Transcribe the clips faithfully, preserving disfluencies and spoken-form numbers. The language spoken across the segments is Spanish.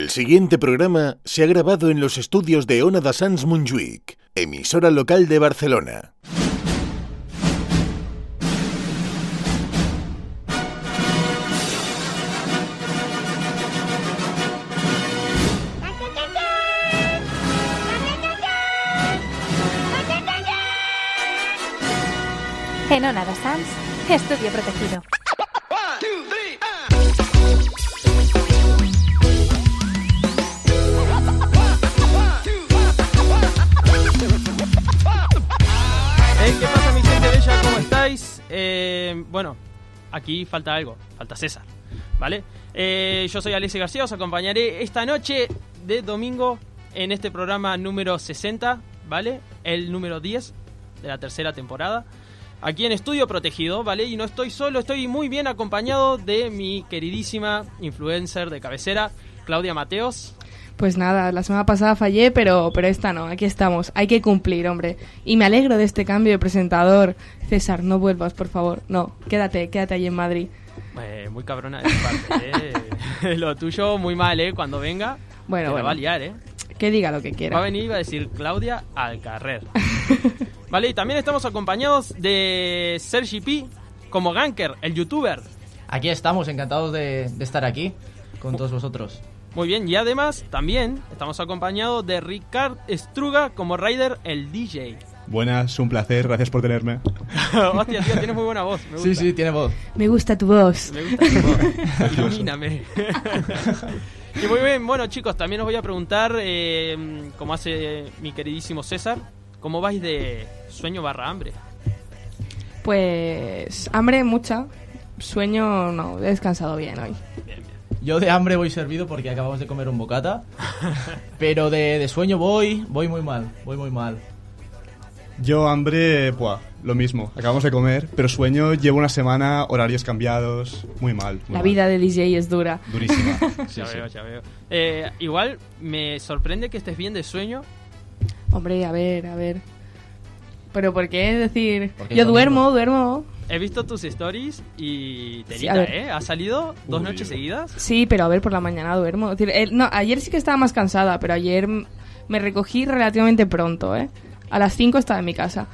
El siguiente programa se ha grabado en los estudios de Ona de Sants Montjuïc, emisora local de Barcelona. En Ona de Sants, estudio protegido. Hey, ¿qué pasa, mi gente bella? ¿Cómo estáis? Eh, bueno, aquí falta algo, falta César, ¿vale? Eh, yo soy Alexis García, os acompañaré esta noche de domingo en este programa número sesenta, ¿vale? El número diez de la tercera temporada, aquí en Estudio Protegido, ¿vale? Y no estoy solo, estoy muy bien acompañado de mi queridísima influencer de cabecera, Claudia Mateos. Pues nada, la semana pasada fallé, pero, pero esta no, aquí estamos, hay que cumplir, hombre. Y me alegro de este cambio de presentador. César, no vuelvas, por favor, no, quédate, quédate allí en Madrid. Eh, muy cabrona de tu parte, ¿eh? Lo tuyo muy mal, ¿eh? Cuando venga, bueno, te bueno. la va a liar, ¿eh? Que diga lo que quiera. Va a venir y va a decir Claudia al carrer. Vale, y también estamos acompañados de Sergi P, como Ganker, el youtuber. Aquí estamos, encantados de, de estar aquí con todos vosotros. Muy bien, y además también estamos acompañados de Ricard Struga como Ryder, el D J. Buenas, un placer, gracias por tenerme. Hostia, tío, tienes muy buena voz. Me gusta. Sí, sí, tiene voz. Me gusta tu voz. Me gusta tu voz. Ilumíname. Y muy bien, bueno chicos, también os voy a preguntar, eh, como hace mi queridísimo César, ¿cómo vais de sueño barra hambre? Pues hambre mucha, sueño no, he descansado bien hoy. Bien, bien. Yo de hambre voy servido porque acabamos de comer un bocata, pero de, de sueño voy, voy muy mal, voy muy mal. Yo hambre, buah, lo mismo, acabamos de comer, pero sueño, llevo una semana, horarios cambiados, muy mal. Muy La mal. vida de D J es dura. Durísima. Sí, Ya sí. veo, ya veo. Eh, igual me sorprende que estés bien de sueño. Hombre, a ver, a ver. ¿Pero por qué? Es decir, Porque yo es duermo, domingo. duermo. He visto tus stories y te Sí, a grita, ver. ¿eh? ¿Has salido dos Uy, noches uy. seguidas? Sí, pero a ver, por la mañana duermo. Es decir, eh, no, ayer sí que estaba más cansada, pero ayer m- me recogí relativamente pronto, ¿eh? A las cinco estaba en mi casa.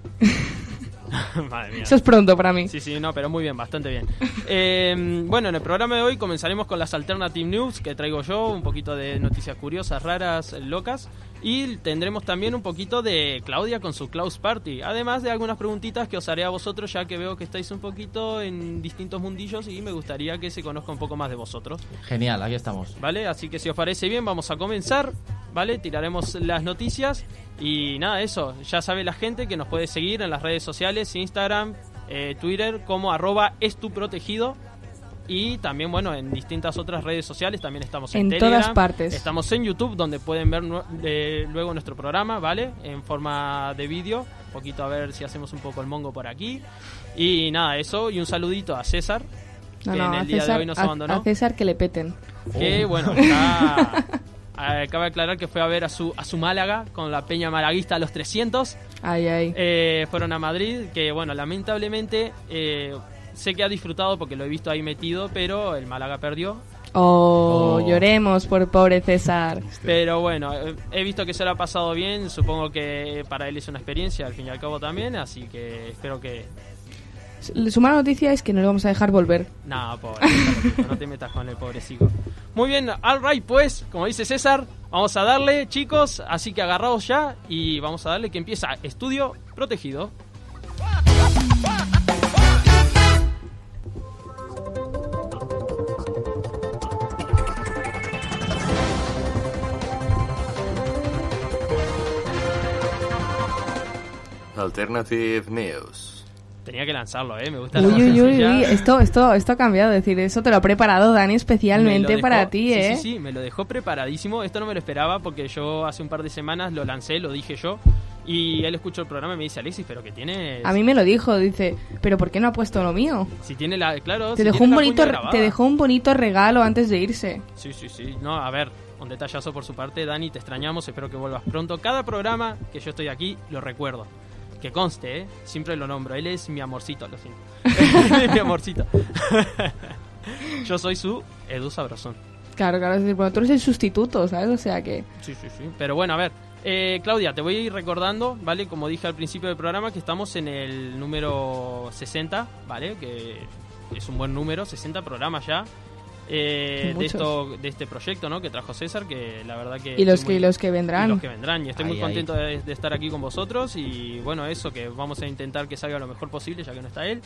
Madre mía. Eso es pronto para mí. Sí, sí, no, pero muy bien, bastante bien. Eh, bueno, en el programa de hoy comenzaremos con las Alternative News que traigo yo, un poquito de noticias curiosas, raras, locas. Y tendremos también un poquito de Claudia con su Klaus Party. Además de algunas preguntitas que os haré a vosotros, ya que veo que estáis un poquito en distintos mundillos y me gustaría que se conozca un poco más de vosotros. Genial, aquí estamos. ¿Vale? Así que si os parece bien, vamos a comenzar, ¿vale? Tiraremos las noticias y nada, eso. Ya sabe la gente que nos puede seguir en las redes sociales, Instagram, eh, Twitter, como arroba estuprotegido. Y también, bueno, en distintas otras redes sociales también estamos en, En Telegram. todas partes. Estamos en YouTube, donde pueden ver nu- eh, luego nuestro programa, ¿vale? En forma de vídeo. Un poquito a ver si hacemos un poco el mongo por aquí. Y nada, eso. Y un saludito a César, No, que no, en a el día César, de hoy nos a- abandonó. a César que le peten. Que bueno, está, acaba de aclarar que fue a ver a su a su Málaga con la Peña Malaguista a los trescientos. Ay, ay. Eh, fueron a Madrid, que bueno, lamentablemente eh, sé que ha disfrutado porque lo he visto ahí metido, pero el Málaga perdió. Oh, Oh. lloremos por pobre César. Pero bueno, eh, he visto que se lo ha pasado bien, supongo que para él es una experiencia, al fin y al cabo también, así que espero que... Su mala noticia es que no le vamos a dejar volver. No, pobre, no te metas con el pobrecito. Muy bien, alright, pues, como dice César, vamos a darle, chicos, así que agarraos ya y vamos a darle que empieza Estudio Protegido. Alternative News. Tenía que lanzarlo, eh, me gusta la Uy, uy, uy, vocecilla. uy, esto, esto, esto ha cambiado. Es decir, eso te lo ha preparado Dani Me especialmente lo dejó- para ti, sí, ¿eh? Sí, sí, me lo dejó preparadísimo. Esto no me lo esperaba porque yo hace un par de semanas lo lancé, lo dije yo. Y él escuchó el programa y me dice, Alexis, pero que tiene... A mí me lo dijo, dice, pero ¿por qué no ha puesto lo mío? Si tiene la... Claro, Te si dejó tiene un la bonito, cuña re- grabada. te dejó un bonito regalo antes de irse. Sí, sí, sí. No, a ver, un detallazo por su parte, Dani, te extrañamos, espero que vuelvas pronto. Cada programa que yo estoy aquí, lo recuerdo. Que conste, ¿eh? Siempre lo nombro. Él es mi amorcito, lo siento. Él es mi amorcito. Yo soy su Edu Sabrosón. Claro, claro, es decir, bueno, tú eres el sustituto, ¿sabes? O sea que... Sí, sí, sí. Pero bueno, a ver. Eh, Claudia, te voy a ir recordando, ¿vale? Como dije al principio del programa, que estamos en el número sesenta, ¿vale? Que es un buen número, sesenta programas ya. Eh, de esto de este proyecto, ¿no? Que trajo César, que la verdad que... Y los, muy, que, y los que vendrán. Y los que vendrán. Y estoy Ahí, muy contento ahí. de, de estar aquí con vosotros. Y bueno, eso, que vamos a intentar que salga lo mejor posible, ya que no está él.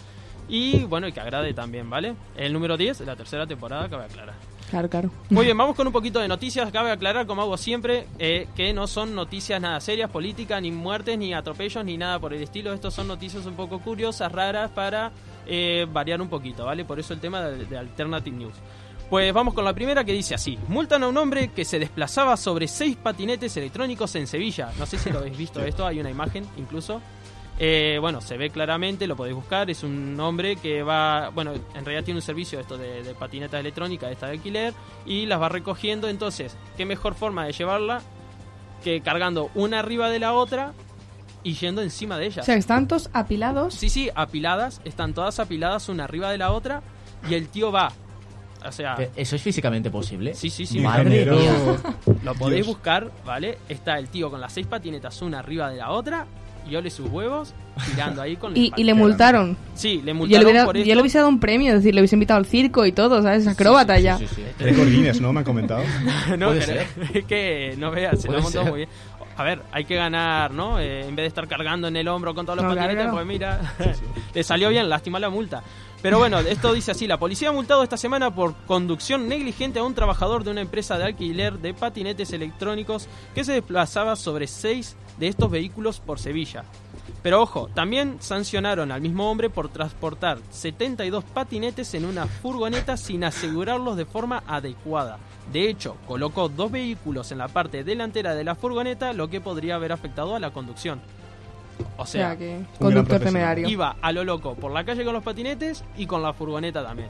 Y bueno, y que agrade también, ¿vale? El número diez, la tercera temporada, cabe aclarar. Claro, claro. Muy bien, vamos con un poquito de noticias. Cabe aclarar, como hago siempre, eh, que no son noticias nada serias, políticas, ni muertes, ni atropellos, ni nada por el estilo. Estos son noticias un poco curiosas, raras, para eh, variar un poquito, ¿vale? Por eso el tema de, de Alternative News. Pues vamos con la primera, que dice así: multan a un hombre que se desplazaba sobre seis patinetes electrónicos en Sevilla. No sé si lo habéis visto esto, hay una imagen incluso. Eh, bueno, se ve claramente, lo podéis buscar. Es un hombre que va, bueno, en realidad tiene un servicio esto de, de patinetas electrónicas, esta de alquiler, y las va recogiendo. Entonces, qué mejor forma de llevarla que cargando una arriba de la otra y yendo encima de ellas. O sea, están todos apilados. Sí, sí, apiladas, están todas apiladas una arriba de la otra, y el tío va. O sea, ¿eso es físicamente posible? Sí, sí, sí. Madre Ingeniero. mía. Lo podéis Dios. buscar, ¿vale? Está el tío con las seis patinetas una arriba de la otra y ole sus huevos tirando ahí con Y, el y le multaron. Sí, le Yo multaron le, hubiera, por esto. yo le hubiese dado un premio, es decir, le hubiese invitado al circo y todo, ¿sabes? Es acróbata ya. Sí, sí, sí. Récord Guinness, ¿no? Me han comentado. No, Puede pero ser. es que no veas, se lo Puede ha montado ser. muy bien. A ver, hay que ganar, ¿no? Eh, en vez de estar cargando en el hombro con todos los No, claro, patinetes, claro. pues mira, le salió bien, lástima la multa. Pero bueno, esto dice así: la policía ha multado esta semana por conducción negligente a un trabajador de una empresa de alquiler de patinetes electrónicos que se desplazaba sobre seis de estos vehículos por Sevilla. Pero ojo, también sancionaron al mismo hombre por transportar setenta y dos patinetes en una furgoneta sin asegurarlos de forma adecuada. De hecho, colocó dos vehículos en la parte delantera de la furgoneta, lo que podría haber afectado a la conducción. O O sea, sea, que gran conductor profesional. temerario. iba a lo loco por la calle con los patinetes y con la furgoneta también.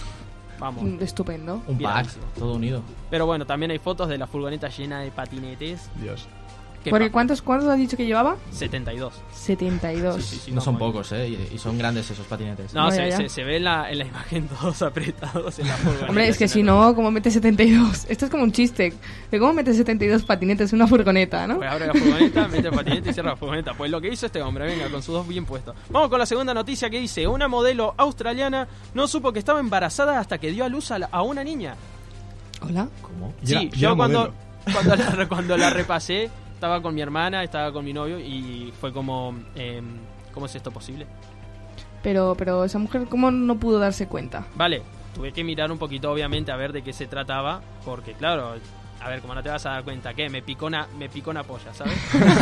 Vamos. Mm, Estupendo. Un pack, Bienísimo. todo unido. Pero bueno, también hay fotos de la furgoneta llena de patinetes. Dios. que Porque pa- ¿cuántos, ¿cuántos has dicho que llevaba? setenta y dos. setenta y dos. Sí, sí, sí, No son muy- pocos, ¿eh? Y, y son grandes esos patinetes. No, No, se, ya, ya. se, se ve en la, en la imagen todos apretados en la furgoneta. Hombre, es que si llena de- no, ¿cómo metes setenta y dos? Esto es como un chiste. ¿De cómo metes setenta y dos patinetes en una furgoneta, no? Pues abre la furgoneta, mete el patinete y cierra la furgoneta. Pues lo que hizo este hombre, venga, con sus dos bien puestos. Vamos con la segunda noticia, que dice: una modelo australiana no supo que estaba embarazada hasta que dio a luz a, la- a una niña. Hola. ¿Cómo? Y Sí, era- y yo era cuando, modelo. cuando, la, cuando la repasé, estaba con mi hermana, estaba con mi novio y fue como, eh, ¿cómo es esto posible? Pero, pero esa mujer, ¿cómo no pudo darse cuenta? Vale, tuve que mirar un poquito, obviamente, a ver de qué se trataba, porque claro, a ver, como no te vas a dar cuenta, ¿qué? Me picó una, me picó una polla, ¿sabes?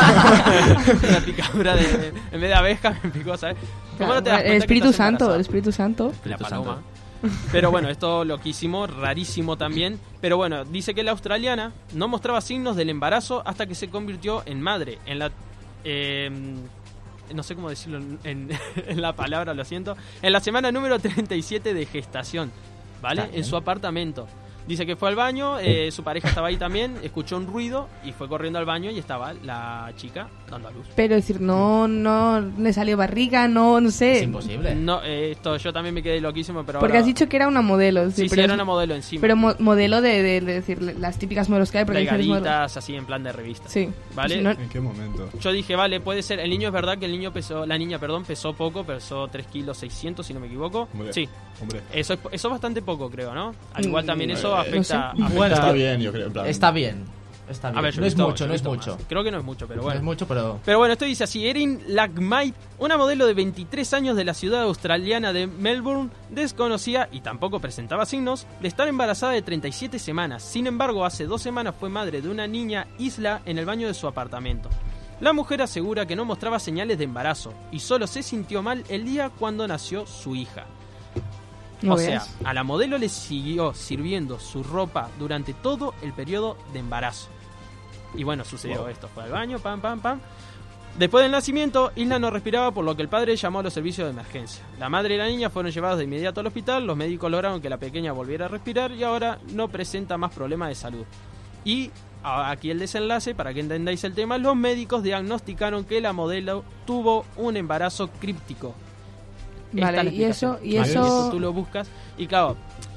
Una picadura de, en vez de abeja me picó, ¿sabes? ¿Cómo no te das el cuenta que Espíritu estás Santo, el embarazada? Espíritu Santo. La Espíritu paloma. Santo. Pero bueno, esto loquísimo, rarísimo también. Pero bueno, dice que la australiana no mostraba signos del embarazo hasta que se convirtió en madre. En la... eh, no sé cómo decirlo en, en- en la palabra, lo siento. En la semana número treinta y siete de gestación, ¿vale? Está bien. En su apartamento. Dice que fue al baño, eh, su pareja estaba ahí también, escuchó un ruido y fue corriendo al baño y estaba la chica dando a luz. Pero es decir, no, no le salió barriga, no, no Es sé. imposible. No, eh, esto yo también me quedé loquísimo, pero Porque ahora- has dicho que era una modelo. es Sí, decir, sí, pero, era es- una modelo encima. pero mo- modelo de, de- de decir, las típicas modelos que hay. Porque hay diferentes modelos. Delgaditas, así en plan de revista. Sí. ¿Vale? Si no- ¿En qué momento? Yo dije, vale, puede ser. El niño es verdad que el niño pesó, la niña, perdón, pesó poco, pesó tres kilos seiscientos, si no me equivoco. Hombre. Sí, Hombre. eso es, eso es bastante poco, creo, ¿no? Al igual también Mm, eso eh, afecta. no sé. afecta- Bueno, Está bien, yo creo. en plan- Está bien. Está bien. A ver, yo no he es visto- mucho, yo he no es visto mucho. más. Creo que no es mucho, pero No es bueno. mucho, pero... Pero bueno, esto dice así: Erin Lagmay, una modelo de veintitrés años de la ciudad australiana de Melbourne, desconocía y tampoco presentaba signos de estar embarazada de treinta y siete semanas. Sin embargo, hace dos semanas fue madre de una niña isla en el baño de su apartamento. La mujer asegura que no mostraba señales de embarazo y solo se sintió mal el día cuando nació su hija. No o veas. sea, a la modelo le siguió sirviendo su ropa durante todo el periodo de embarazo. Y bueno, sucedió Wow. esto. Fue al baño, pam, pam, pam. Después del nacimiento, Isla no respiraba, por lo que el padre llamó a los servicios de emergencia. La madre y la niña fueron llevados de inmediato al hospital. Los médicos lograron que la pequeña volviera a respirar y ahora no presenta más problemas de salud. Y a- aquí el desenlace, para que entendáis el tema: los médicos diagnosticaron que la modelo tuvo un embarazo críptico. Esta Vale, es la y eso, explicación. y Vale. eso, Esto tú lo buscas y claro,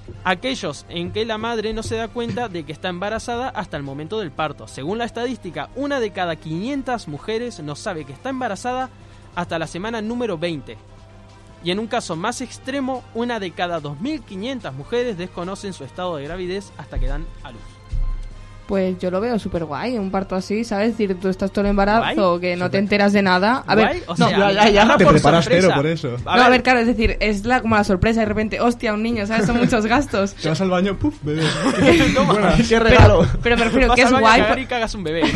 aquellos en que la madre no se da cuenta de que está embarazada hasta el momento del parto. Según la estadística, una de cada quinientas mujeres no sabe que está embarazada hasta la semana número veinte. Y en un caso más extremo, una de cada dos mil quinientas mujeres desconocen su estado de gravidez hasta que dan a luz. Pues yo lo veo súper guay, un parto así, ¿sabes? Es decir, tú estás todo el embarazo, ¿Guay? que no te enteras de nada. A ¿Guay? ver, O no, sea, ya, ya, ya. Te por preparas sorpresa. cero por eso. A no, a ver, ver, claro, es decir, es la, como la sorpresa, de repente, hostia, un niño, ¿sabes? Son muchos gastos. Te vas al baño, puf, bebé. toma. Buenas. ¡Qué regalo! Pero me refiero Vas que al es baño a guay. cagar por- y cagas un bebé.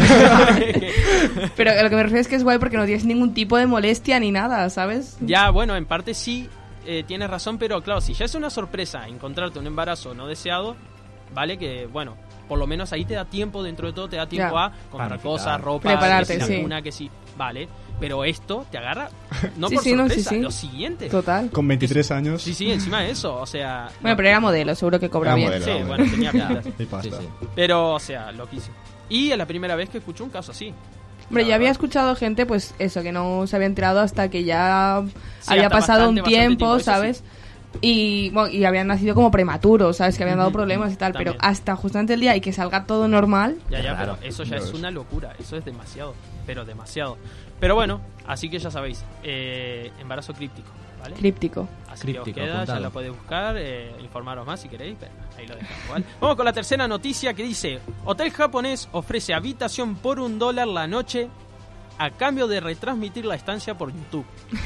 Pero a lo que me refiero es que es guay porque no tienes ningún tipo de molestia ni nada, ¿sabes? Ya, bueno, en parte sí, eh, tienes razón, pero claro, si ya es una sorpresa encontrarte un embarazo no deseado, vale que, bueno, por lo menos ahí te da tiempo, dentro de todo te da tiempo Ya. a comprar Planificar. cosas, ropa, Prepararte, que si sí. la cuna, que sí, vale, pero esto te agarra, no Sí, por sí, no, sí, sorpresa, sí. lo siguiente. Total. Con veintitrés años. Sí, sí, encima de eso, o sea... Bueno, pero era modelo, seguro que cobra Era bien. modelo. sí, era bueno, bueno. tenía Ya. pintas. Y Sí, pasta. sí. Pero, o sea, loquísimo. Y es la primera vez que escucho un caso así. Hombre, La yo había verdad. escuchado gente, pues eso, que no se había enterado hasta que ya Sí, había hasta pasado bastante, un bastante tiempo, tiempo, eso ¿sabes? Y, bueno, y habían nacido como prematuros, ¿sabes? Que habían dado Ujú, problemas y tal, también. pero hasta justamente el día y que salga todo normal. Ya, ya, Claro. pero eso ya Ya es ves. una locura, eso es demasiado, pero demasiado. Pero bueno, así que ya sabéis, eh, embarazo críptico, ¿vale? Críptico. Así Críptico, que os queda, ya apuntado. lo podéis buscar, eh, informaros más si queréis, pero ahí lo dejamos, ¿vale? Vamos con la tercera noticia que dice: hotel japonés ofrece habitación por un dólar la noche a cambio de retransmitir la estancia por YouTube.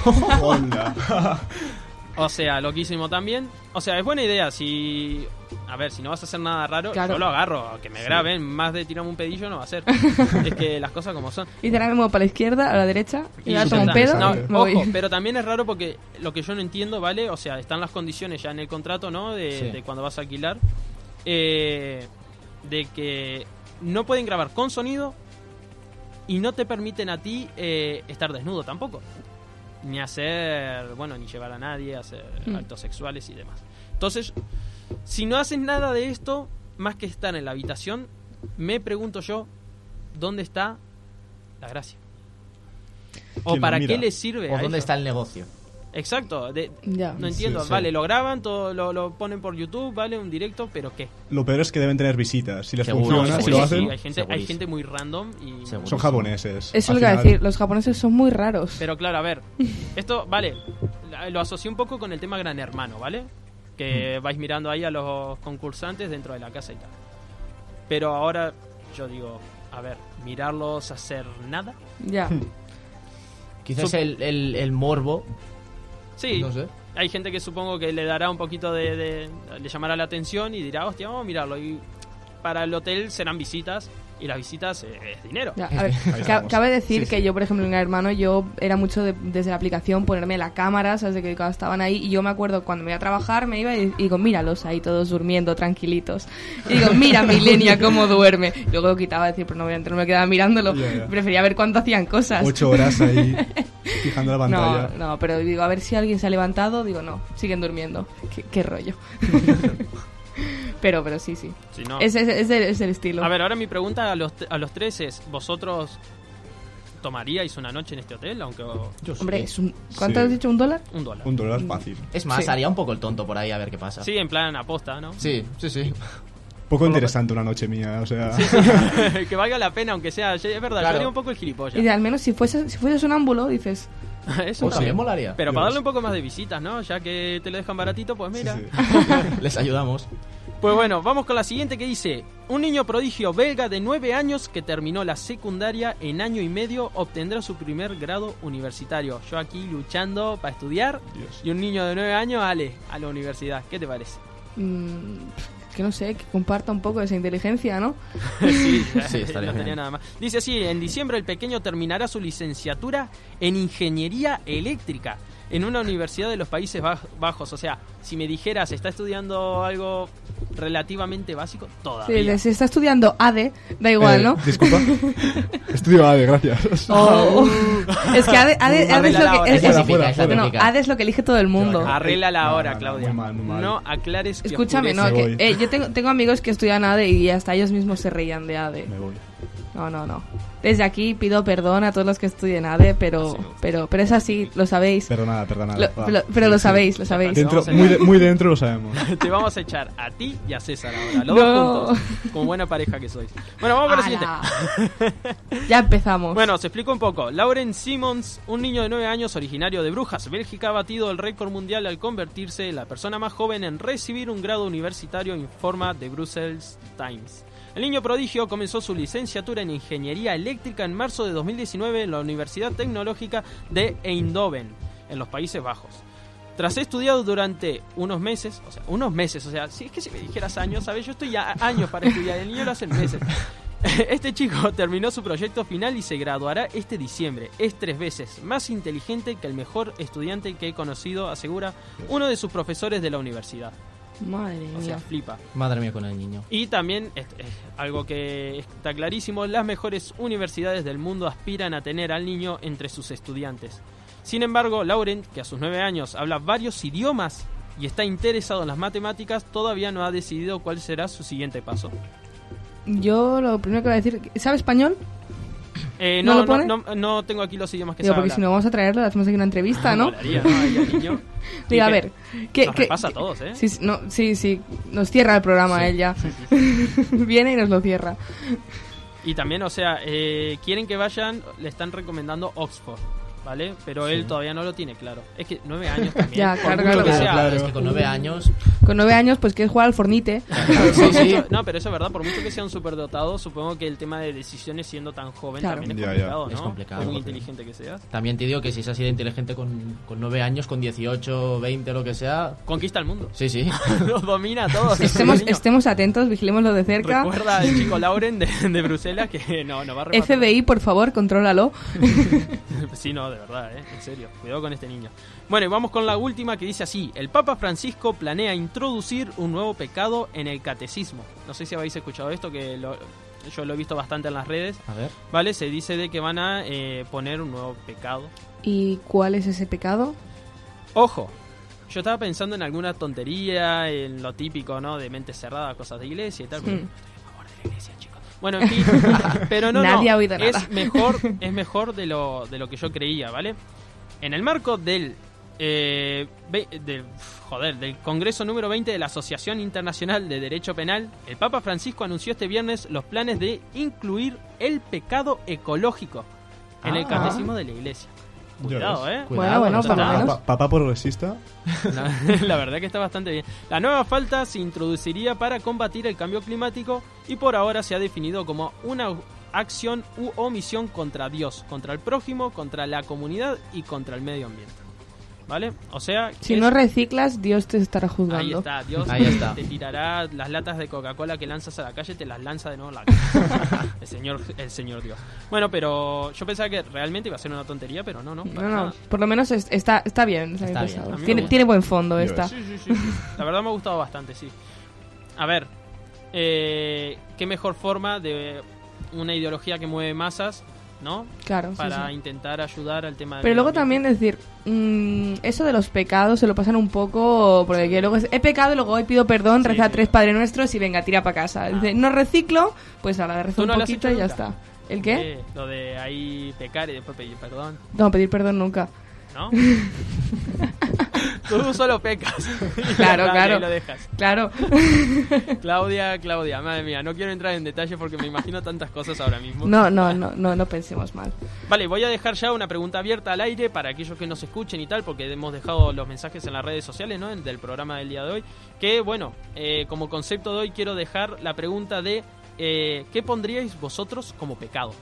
Hola. O sea, loquísimo también. O sea, es buena idea. Si. A ver, si no vas a hacer nada raro, Claro. yo lo agarro. Que me graben. Más de tirarme un pedillo no va a ser. Es que las cosas como son. Y ahora me muevo para la izquierda, a la derecha, y ahora ya tomo un está. pedo. No, y me voy. ojo, pero también es raro porque lo que yo no entiendo, ¿vale? O sea, están las condiciones ya en el contrato, ¿no? De, Sí. de cuando vas a alquilar. Eh, de que no pueden grabar con sonido y no te permiten a ti eh, estar desnudo tampoco. Ni hacer, bueno, ni llevar a nadie, hacer Mm. actos sexuales y demás. Entonces, si no haces nada de esto, más que estar en la habitación, me pregunto yo, ¿dónde está la gracia? ¿O ¿Quién lo para mira? qué les sirve ¿O a dónde ellos? está el negocio? Exacto, de- Ya. no entiendo. Sí, sí. Vale, lo graban, todo lo, lo ponen por YouTube, vale, un directo, pero ¿qué? Lo peor es que deben tener visitas. Si les Seguro, funciona, sí, si lo sí, hacen, hay gente, hay Segurísimo. gente muy random y... Seguro. son japoneses. Eso es Al lo que iba a final, decir, los japoneses son muy raros. Pero claro, a ver, esto, vale, lo asocié un poco con el tema Gran Hermano, ¿vale? Que vais mirando ahí a los concursantes dentro de la casa y tal. Pero ahora yo digo, a ver, mirarlos hacer nada. Ya. Quizás Sup- el, el, el morbo. Sí, No sé. hay gente que supongo que le dará un poquito de, de- le llamará la atención y dirá, hostia, vamos a mirarlo. Y para el hotel serán visitas y las visitas eh, es dinero. Ya, a ver, Ahí ca- estamos. cabe decir Sí, que sí. yo, por ejemplo, en Gran Hermano, yo era mucho de- desde la aplicación ponerme la cámara, ¿sabes? De que cuando estaban ahí, y yo me acuerdo cuando me iba a trabajar, me iba y, y digo, míralos ahí todos durmiendo, tranquilitos. Y digo, mira Milenia cómo duerme. Y luego lo quitaba, decir, pero no voy a entrar, me quedaba mirándolo. Ya, ya. Prefería ver cuánto hacían cosas. Ocho horas ahí fijando la No, pantalla. no, pero digo, a ver si alguien se ha levantado, digo, no, siguen durmiendo. Qué, qué rollo. pero, pero sí, sí. Si no- Es, es, es el, es el estilo. A ver, ahora mi pregunta a los, a los tres es, ¿vosotros tomaríais una noche en este hotel? Aunque Yo sí. Hombre, es un, ¿cuánto Sí. has dicho? ¿Un dólar? un dólar. Un dólar fácil. Es más, Sí. haría un poco el tonto por ahí a ver qué pasa. Sí, en plan aposta, ¿no? sí, sí. sí. Poco interesante una noche mía, o sea. Que valga la pena, aunque sea, es verdad, Claro. yo haría un poco el gilipollas. Y de, al menos si fuese, si fuese sonámbulo, dices, Eso Pues también. también molaría. Pero Ya para ves. darle un poco más de visitas, ¿no? Ya que te lo dejan baratito, pues mira. Sí, sí. Les ayudamos. Pues bueno, vamos con la siguiente que dice: un niño prodigio belga de nueve años que terminó la secundaria en año y medio obtendrá su primer grado universitario. Yo aquí luchando para estudiar Dios. y un niño de nueve años, ale, a la universidad. ¿Qué te parece? mm, que no sé, que comparta un poco de esa inteligencia, ¿no? Sí, Sí, estaría no tenía bien. nada más. Dice así: en diciembre el pequeño terminará su licenciatura en ingeniería eléctrica en una universidad de los Países Baj- Bajos. O sea, si me dijeras, está estudiando algo relativamente básico, Sí, todavía. se está estudiando A D E, da igual, Eh, ¿no? Disculpa. Estudio A D E, gracias. Oh, es que A D E, A D E- A D E es lo Arregla la que... es- Es la Fuera, típica, fuera, es la fuera. no, típica. A D E es lo que elige todo el mundo. Arregla la No, hora, no, no, Claudia. muy mal, muy mal. No aclares que Escúchame, no, oscurece. Me que voy. eh, yo tengo, tengo amigos que estudian A D E y hasta ellos mismos se reían de A D E. Me voy. No, no, no. Desde aquí pido perdón a todos los que estudien A D E, pero, pero, pero es así, lo sabéis. Pero nada, perdona. Lo- pero pero lo sabéis, lo sabéis. Dentro, Vamos a muy, echar. de- muy dentro lo sabemos. Te vamos a echar a ti y a César ahora, los No. dos juntos, como buena pareja que sois. Bueno, vamos con lo siguiente. ¡Hala! Ya empezamos. Bueno, os explico un poco. Lauren Simmons, un niño de nueve años originario de Brujas, Bélgica, ha batido el récord mundial al convertirse en la persona más joven en recibir un grado universitario, informa The Brussels Times. El niño prodigio comenzó su licenciatura en Ingeniería Eléctrica en marzo de dos mil diecinueve en la Universidad Tecnológica de Eindhoven, en los Países Bajos. Tras haber estudiado durante unos meses, o sea, unos meses, o sea, si es que si me dijeras años, ¿sabes? Yo estoy ya años para estudiar, el niño lo hace en meses. Este chico terminó su proyecto final y se graduará este diciembre. Es tres veces más inteligente que el mejor estudiante que he conocido, asegura uno de sus profesores de la universidad. Madre O sea, mía. flipa. Madre mía con el niño. Y también, es, es algo que está clarísimo, las mejores universidades del mundo aspiran a tener al niño entre sus estudiantes. Sin embargo, Lauren, que a sus nueve años habla varios idiomas y está interesado en las matemáticas, todavía no ha decidido cuál será su siguiente paso. Yo lo primero que voy a decir, ¿sabe español? Eh, ¿No no, lo no, pone? no, no tengo aquí los idiomas que Digo, sabe porque hablar. si no vamos a traerlo, le hacemos aquí una entrevista, ¿no? Molaría, ¿no? Ahí al niño. Y Diga, a que ver, ¿qué, nos qué- repasa a qué- todos, ¿eh? Sí, sí, no, sí, sí, nos cierra el programa Sí. él ya. Viene y nos lo cierra. Y también, o sea, eh, quieren que vayan, le están recomendando Oxford, ¿vale? Pero él Sí. todavía no lo tiene claro. Es que nueve años también. Ya, por claro, mucho claro, que claro, sea. claro. Es que con nueve años... Con nueve años, pues quieres jugar al Fornite. Sí, Sí, sí. No, pero eso es verdad, por mucho que sea un superdotado, supongo que el tema de decisiones siendo tan joven Claro. también es Ya, ya. complicado, ¿no? Es complicado. Por muy inteligente que seas. También te digo que si es así de inteligente con, con nueve años, con dieciocho, veinte, lo que sea... Conquista el mundo. Sí, sí. Los domina a todos. Estemos, ese niño. estemos atentos, vigilémoslo de cerca. Recuerda al chico Lauren de, de Bruselas que no, no va a rematar. F B I, por favor, contrólalo. Sí, no, de verdad, ¿eh? En serio. Cuidado con este niño. Bueno, y vamos con la última que dice así. El Papa Francisco planea introducir un nuevo pecado en el catecismo. No sé si habéis escuchado esto, que lo- yo lo he visto bastante en las redes. A ver. ¿Vale? Se dice de que van a eh, poner un nuevo pecado. ¿Y cuál es ese pecado? Ojo, yo estaba pensando en alguna tontería, en lo típico, ¿no? De mente cerrada, cosas de iglesia y tal. Pero Hmm. estoy a favor de la iglesia, chicos. Bueno, en fin, pero no, Nadie no, ha oído nada. es mejor, es mejor de lo, de lo que yo creía, ¿vale? En el marco del, eh, ve- del, joder, del Congreso número veinte de la Asociación Internacional de Derecho Penal, el Papa Francisco anunció este viernes los planes de incluir el pecado ecológico en el Ah. catecismo de la iglesia. Ya Cuidado, ves. ¿eh? Cuidado, bueno, no por lo está menos. mal. Pa- Papá progresista. La, la verdad que está bastante bien. La nueva falta se introduciría para combatir el cambio climático y por ahora se ha definido como una acción u omisión contra Dios, contra el prójimo, contra la comunidad y contra el medio ambiente. ¿Vale? O sea, Si es- no reciclas, Dios te estará ahí juzgando. está, Dios Ahí te, está. te tirará las latas de Coca-Cola que lanzas a la calle, te las lanza de nuevo a la calle. el señor el señor Dios. Bueno, pero yo pensaba que realmente iba a ser una tontería, pero no, no. No, para no, nada. por lo menos es- está, está bien. está Está bien bien. pensado. A mí me Tiene, gusta. tiene buen fondo Ya esta. ves. Sí, sí, sí, sí. La verdad me ha gustado bastante, sí. A ver, eh, qué mejor forma de una ideología que mueve masas, ¿no? Claro, sí, Para sí. intentar ayudar al tema del Pero luego medio también decir, mm, eso de los pecados se lo pasan un poco, porque que luego es, he pecado, luego hoy pido perdón, Sí, reza sí. tres Padre Nuestros y venga, tira para casa. Dice, no reciclo, pues ahora ¿Tú rezo un no lo has poquito hecho y ya nunca? está. ¿El ambiente. qué? Eh, lo de ahí pecar y después pedir perdón, No, pedir perdón nunca. ¿no? Tú solo pecas. Y Claro, ya está, y claro. ahí lo dejas. Claro. Claudia, Claudia, madre mía, no quiero entrar en detalle porque me imagino tantas cosas ahora mismo. No, no, no, no, no pensemos mal. Vale, voy a dejar ya una pregunta abierta al aire para aquellos que nos escuchen y tal, porque hemos dejado los mensajes en las redes sociales, ¿no? Del programa del día de hoy. Que, bueno, eh, como concepto de hoy quiero dejar la pregunta de eh, ¿qué pondríais vosotros como pecado?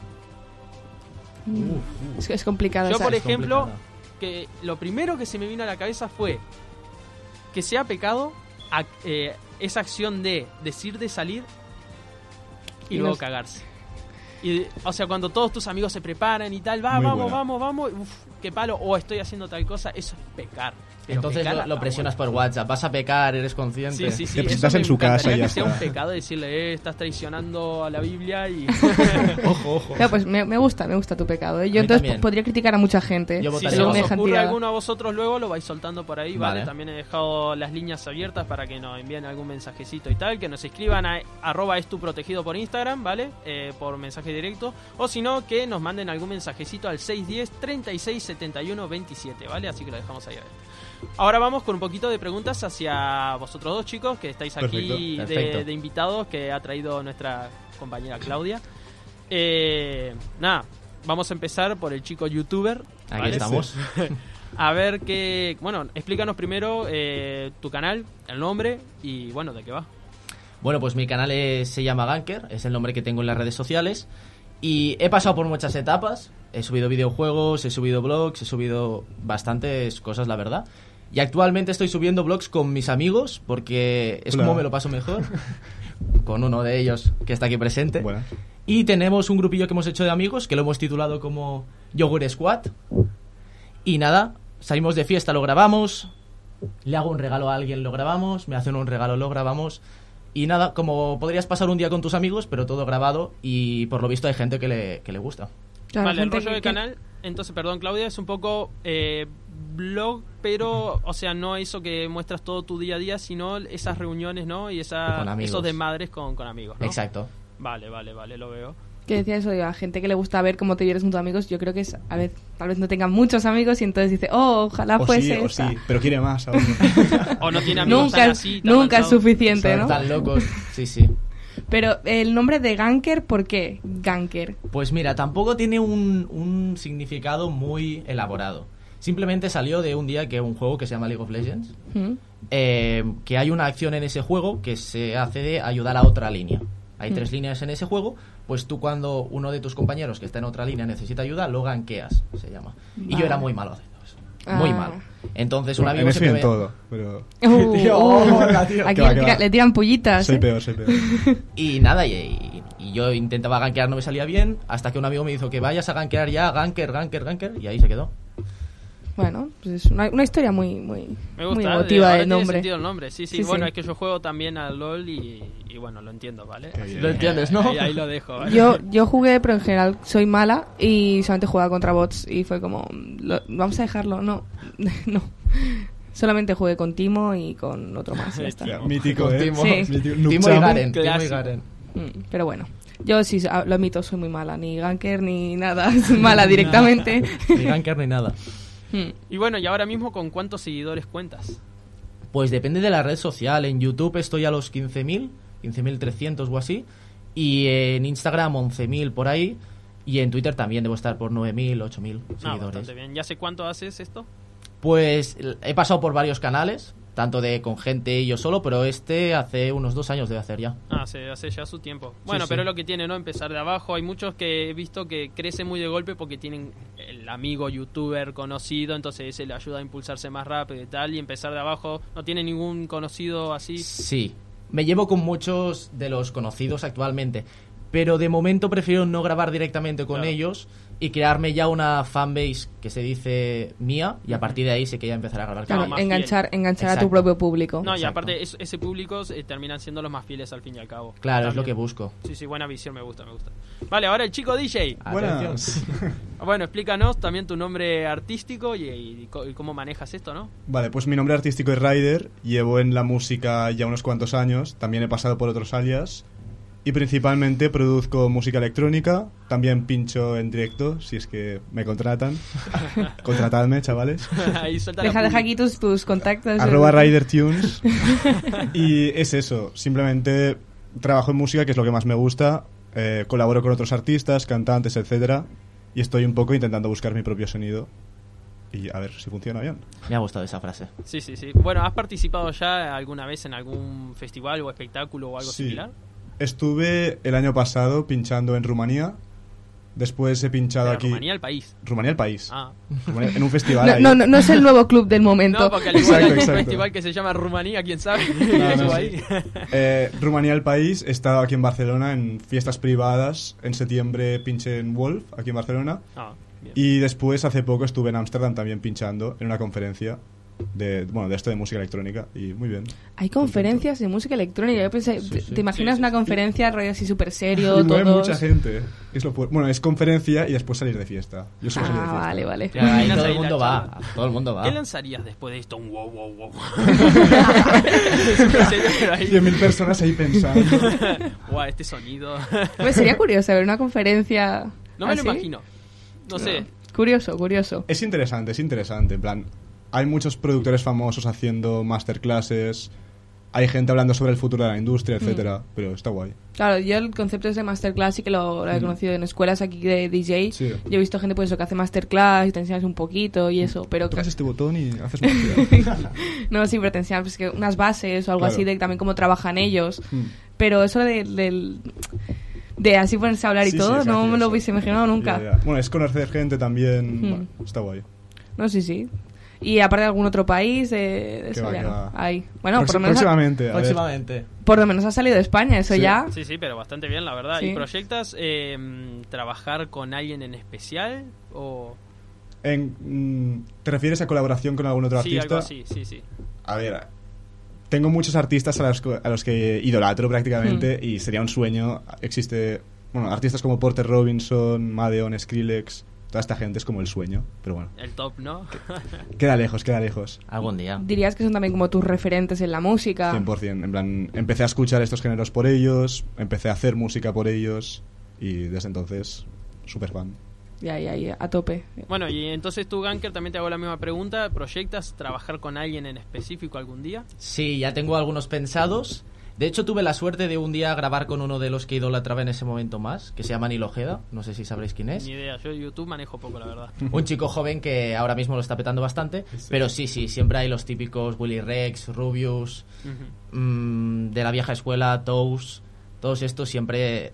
Es, es complicado. Yo, esa. por es ejemplo, complicado. que lo primero que se me vino a la cabeza fue que sea pecado a- eh, esa acción de decir de salir y, Y luego los- cagarse. Y, o sea, cuando todos tus amigos se preparan y tal, va, Muy vamos, buena. vamos, vamos, uf, qué palo, o estoy haciendo tal cosa, eso es pecar. Pero Entonces pecar lo, hasta lo presionas muerte. por WhatsApp. Vas a pecar, eres consciente. Sí, sí, sí. Te eso presentas me en su encantaría casa y ya que sea está. un pecado decirle, eh, estás traicionando a la Biblia y... Ojo, ojo. Claro, pues me, me gusta, me gusta tu pecado. ¿eh? Yo A mí entonces también. podría criticar a mucha gente. Yo Si votaría se luego os me por- dejan ocurre tirada. alguno a vosotros luego, lo vais soltando por ahí, ¿vale? Vale. También he dejado las líneas abiertas para que nos envíen algún mensajecito y tal, que nos escriban a arroba es tu protegido por Instagram, ¿vale? Eh, por mensaje directo, o si no, que nos manden algún mensajecito al seis uno cero, treinta y seis, setenta y uno, veintisiete, ¿vale? Así que lo dejamos ahí abierto. Ahora vamos con un poquito de preguntas hacia vosotros dos, chicos, que estáis aquí Perfecto. de, Perfecto. de invitados, que ha traído nuestra compañera Claudia. Eh, nada, vamos a empezar por el chico youtuber. Aquí ¿vale? estamos. A ver qué... Bueno, explícanos primero eh, tu canal, el nombre y, bueno, de qué va. Bueno, pues mi canal es- se llama Ganker, es el nombre que tengo en las redes sociales. Y he pasado por muchas etapas. He subido videojuegos, he subido blogs, he subido bastantes cosas, la verdad. Y actualmente estoy subiendo blogs con mis amigos porque es Hola. como me lo paso mejor. Con uno de ellos que está aquí presente. Buenas. Y tenemos un grupillo que hemos hecho de amigos que lo hemos titulado como Yogurt Squad. Y nada, salimos de fiesta, lo grabamos. Le hago un regalo a alguien, lo grabamos. Me hacen un regalo, lo grabamos. Y nada, como podrías pasar un día con tus amigos, pero todo grabado. Y por lo visto hay gente que le, que le gusta. Claro, Vale, el gente rollo que- del que- canal, entonces, perdón, Claudia, es un poco eh, blog, pero, o sea, no eso que muestras todo tu día a día, sino esas reuniones, ¿no? Y esa, Con amigos. esos desmadres con, con amigos, ¿no? Exacto. Vale, vale, vale, lo veo. Que decía eso, digo, a gente que le gusta ver cómo te vienes con tus amigos, yo creo que es, a vez, tal vez no tengan muchos amigos y entonces dice, oh, ojalá O fuese sí, o esa. sí, pero quiere más aún. O no tiene amigos Nunca, tan es- así, tan nunca es avanzados. suficiente, Son ¿no? tan locos. Sí, sí. Pero el nombre de Ganker, ¿por qué Ganker? Pues mira, tampoco tiene un, un significado muy elaborado. Simplemente salió de un día que un juego que se llama League of Legends, ¿Mm? eh, que hay una acción en ese juego que se hace de ayudar a otra línea. Hay Mm. tres líneas en ese juego, pues tú cuando uno de tus compañeros que está en otra línea necesita ayuda, lo gankeas, se llama. Y Vale. yo era muy malo haciendo eso. Muy Ah. mal. Entonces un Bueno, amigo en se eso y me en ve- todo, pero Uh, Tío, uh, hola, tío. Aquí Que va, le, que tira- va. le tiran pullitas. soy ¿eh? peor, soy peor. Y nada, y, y- y yo intentaba gankear, no me salía bien, hasta que un amigo me dijo que vayas a gankear ya, ganker, ganker, ganker, y ahí se quedó. Bueno, pues es una, una historia muy, muy, Me muy gusta, emotiva ahora de tiene nombre. sentido el nombre. Sí, sí, Sí, bueno, sí. es que yo juego también al LoL y, y bueno, lo entiendo, ¿vale? Qué Así bien. que Lo entiendes, ¿no? Ahí, ahí lo dejo, ¿vale? Yo, yo jugué, pero en general soy mala y solamente jugaba contra bots y fue como, lo- vamos a dejarlo, no, no. Solamente jugué con Timo y con otro más, y ya está. Ya, mítico, Con ¿eh? Timo. Sí. Mítico. Timo y Noob-Cham. Garen, Timo y Clásico. Garen. Mm, Pero bueno, yo sí, ah, lo admito, soy muy mala, ni ganker ni nada, soy mala directamente. Ni ganker ni nada. Mm. Y bueno, y ahora mismo, ¿con cuántos seguidores cuentas? Pues depende de la red social. En YouTube estoy a los quince mil, quince mil trescientos o así. Y en Instagram once mil por ahí. Y en Twitter también debo estar por nueve mil, ocho mil Ah, seguidores. bastante bien. ¿Ya sé cuánto haces esto? Pues he pasado por varios canales, tanto de con gente y yo solo, pero este hace unos dos años debe hacer ya. Ah, hace, hace ya su tiempo. Bueno, sí. pero es lo que tiene, ¿no? Empezar de abajo. Hay muchos que he visto que crecen muy de golpe porque tienen el amigo youtuber conocido, entonces ese le ayuda a impulsarse más rápido y tal. Y empezar de abajo, no tiene ningún conocido así. Sí, me llevo con muchos de los conocidos actualmente, pero de momento prefiero no grabar directamente con Claro. ellos y crearme ya una fanbase que se dice mía y a partir de ahí sé que ya empezar a grabar Claro, con más ellos. enganchar, enganchar a tu Exacto. propio público. No, y Exacto. aparte es- ese público eh, terminan siendo los más fieles al fin y al cabo. Claro, Está es lo que bien. busco. Sí, sí, buena visión, me gusta, me gusta. Vale, ahora el chico D J. Buenas. Bueno, explícanos también tu nombre artístico y, y co- y cómo manejas esto, ¿no? Vale, pues mi nombre artístico es Ryder, llevo en la música ya unos cuantos años, también he pasado por otros alias y principalmente produzco música electrónica, también pincho en directo, si es que me contratan. Contratadme, chavales. Ahí suelta la Deja, deja publi. aquí tus, tus contactos. Arroba RyderTunes. Y es eso, simplemente trabajo en música, que es lo que más me gusta, eh, colaboro con otros artistas, cantantes, etcétera, y estoy un poco intentando buscar mi propio sonido y a ver si funciona bien. Me ha gustado esa frase. Sí, sí, sí. Bueno, ¿has participado ya alguna vez en algún festival o espectáculo o algo Sí. similar? Estuve el año pasado pinchando en Rumanía, después he pinchado Pero aquí... Rumanía, el país. Rumanía, el país. Ah. Rumanía, en un festival No, ahí. no, no, no es el nuevo club del momento. No, porque al igual Exacto, hay un exacto. festival que se llama Rumanía, quién sabe. No, Yo no, subo sí. ahí. Eh, Rumanía, el país. He estado aquí en Barcelona en fiestas privadas. En septiembre pinché en Wolf, aquí en Barcelona. Ah, bien. Y después, hace poco, estuve en Ámsterdam también pinchando en una conferencia. de, bueno, de esto de música electrónica y muy bien. Hay conferencias de música electrónica. Yo pensé, Sí, ¿te, sí. te imaginas Sí, sí, una sí. conferencia rollo así súper serio? Y no hay todos... mucha gente. Es lo pu- bueno, es conferencia y después salir de fiesta. Yo suelo salir de Ah, fiesta. vale, vale. Ya, ahí Imaginas todo ahí el la mundo va. charla. Todo el mundo va. ¿Qué lanzarías después de esto? Un wow, wow, wow. Súper serio, pero ahí... cien mil personas ahí pensando. Guau, este sonido. Pues sería curioso ver una conferencia. No me ¿así? lo imagino. No sé. Curioso, curioso. Es interesante, es interesante. En plan, hay muchos productores famosos haciendo masterclasses. Hay gente hablando sobre el futuro de la industria, etcétera. Pero está guay. Claro, yo el concepto es de masterclass sí que lo, lo he Mm. conocido en escuelas aquí de D J. Sí. Yo he visto gente pues eso, que hace masterclass y te enseñas un poquito y eso, pero Tocas este botón y haces música. no, sí, pero te enseñan pues, que unas bases o algo Claro. así de también cómo trabajan ellos. Mm. Pero eso de, del- de así ponerse a hablar y Sí, todo, sí, no me lo gracioso. hubiese imaginado nunca. Ya, ya. Bueno, es conocer gente también. Mm. Bueno, está guay. No, sí, sí. Y aparte de algún otro país, de, de Que eso va, ya que no. va. Ahí. Bueno, por Proxi- lo, menos ha, próximamente. a ver. Próximamente. por lo menos ha salido de España, eso Sí. ya. Sí, sí, pero bastante bien, la verdad. Sí. ¿Y proyectas eh, trabajar con alguien en especial? ¿O En, mm, ¿Te refieres a colaboración con algún otro sí, artista? algo así? Sí, sí. A ver, tengo muchos artistas a los, que- a los que idolatro prácticamente y sería un sueño. Existe, bueno, artistas como Porter Robinson, Madeon, Skrillex, toda esta gente es como el sueño, pero bueno, El top, ¿no? queda lejos, queda lejos. Algún día. Dirías que son también como tus referentes en la música. cien por ciento. En plan, empecé a escuchar estos géneros por ellos, empecé a hacer música por ellos y desde entonces, súper fan. Ya, ya, ya, a tope. Bueno, y entonces tú, Ganker, también te hago la misma pregunta. ¿Proyectas trabajar con alguien en específico algún día? Sí, ya tengo algunos pensados. De hecho, tuve la suerte de un día grabar con uno de los que idolatraba en ese momento más, que se llama Nilo Ojeda. No sé si sabréis quién es. Ni idea, yo YouTube manejo poco, la verdad. Un chico joven que ahora mismo lo está petando bastante. Pero sí, sí, siempre hay los típicos Willy Rex, Rubius, Ujú. mmm, de la vieja escuela, Toes. Todos estos siempre...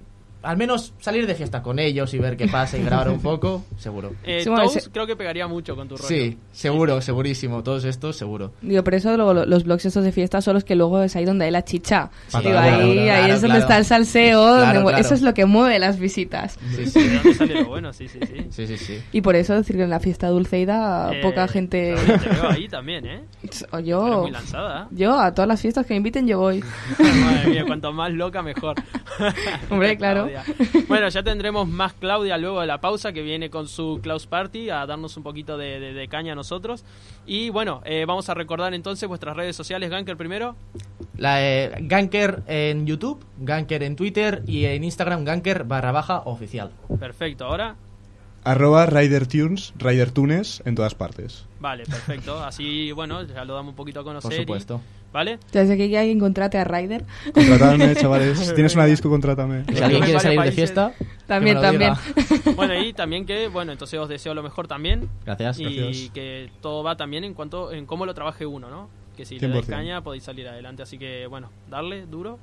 Al menos salir de fiesta con ellos y ver qué pasa y grabar un poco, seguro. Eh, Sí, bueno, Toast ese- creo que pegaría mucho con tu rollo. Sí, seguro, segurísimo. Todos estos, seguro. Digo, pero eso luego lo- los blogs estos de fiesta son los que luego es ahí donde hay la chicha. Fatal, Digo, claro, ahí, claro, ahí es donde claro. está el salseo, Claro, donde mu- claro. eso es lo que mueve las visitas. Sí, ¿De sí. dónde sale lo bueno? Sí, sí, sí. Sí, sí, sí. Y por eso decir que en la fiesta Dulceida Eh, poca gente... Claudia, te veo ahí también, ¿eh? O Eres yo, muy lanzada. yo a todas las fiestas que me inviten yo voy. Madre mía, cuanto más loca, mejor. Hombre, claro. Claudia. Bueno, ya tendremos más Claudia luego de la pausa, que viene con su Klaus Party a darnos un poquito de, de- de caña a nosotros. Y bueno, eh, vamos a recordar entonces vuestras redes sociales. Ganker primero. La, eh, Ganker en YouTube, Ganker en Twitter y en Instagram Ganker barra baja oficial. Perfecto, ahora. Arroba RiderTunes, RiderTunes en todas partes. Vale, perfecto. Así, bueno, ya lo damos un poquito a conocer. Por y- supuesto. ¿Vale? Desde que alguien contrate a Ryder. Contratadme, chavales. Si tienes una disco, contrátame. Si alguien quiere Vale, salir de países. fiesta, También, que me lo también. diga. Bueno, y también que, bueno, entonces os deseo lo mejor también. Gracias. Y Gracias. que todo va también en cuanto en cómo lo trabaje uno, ¿no? Que si le cien por dais ciento. caña podéis salir adelante. Así que, bueno, darle duro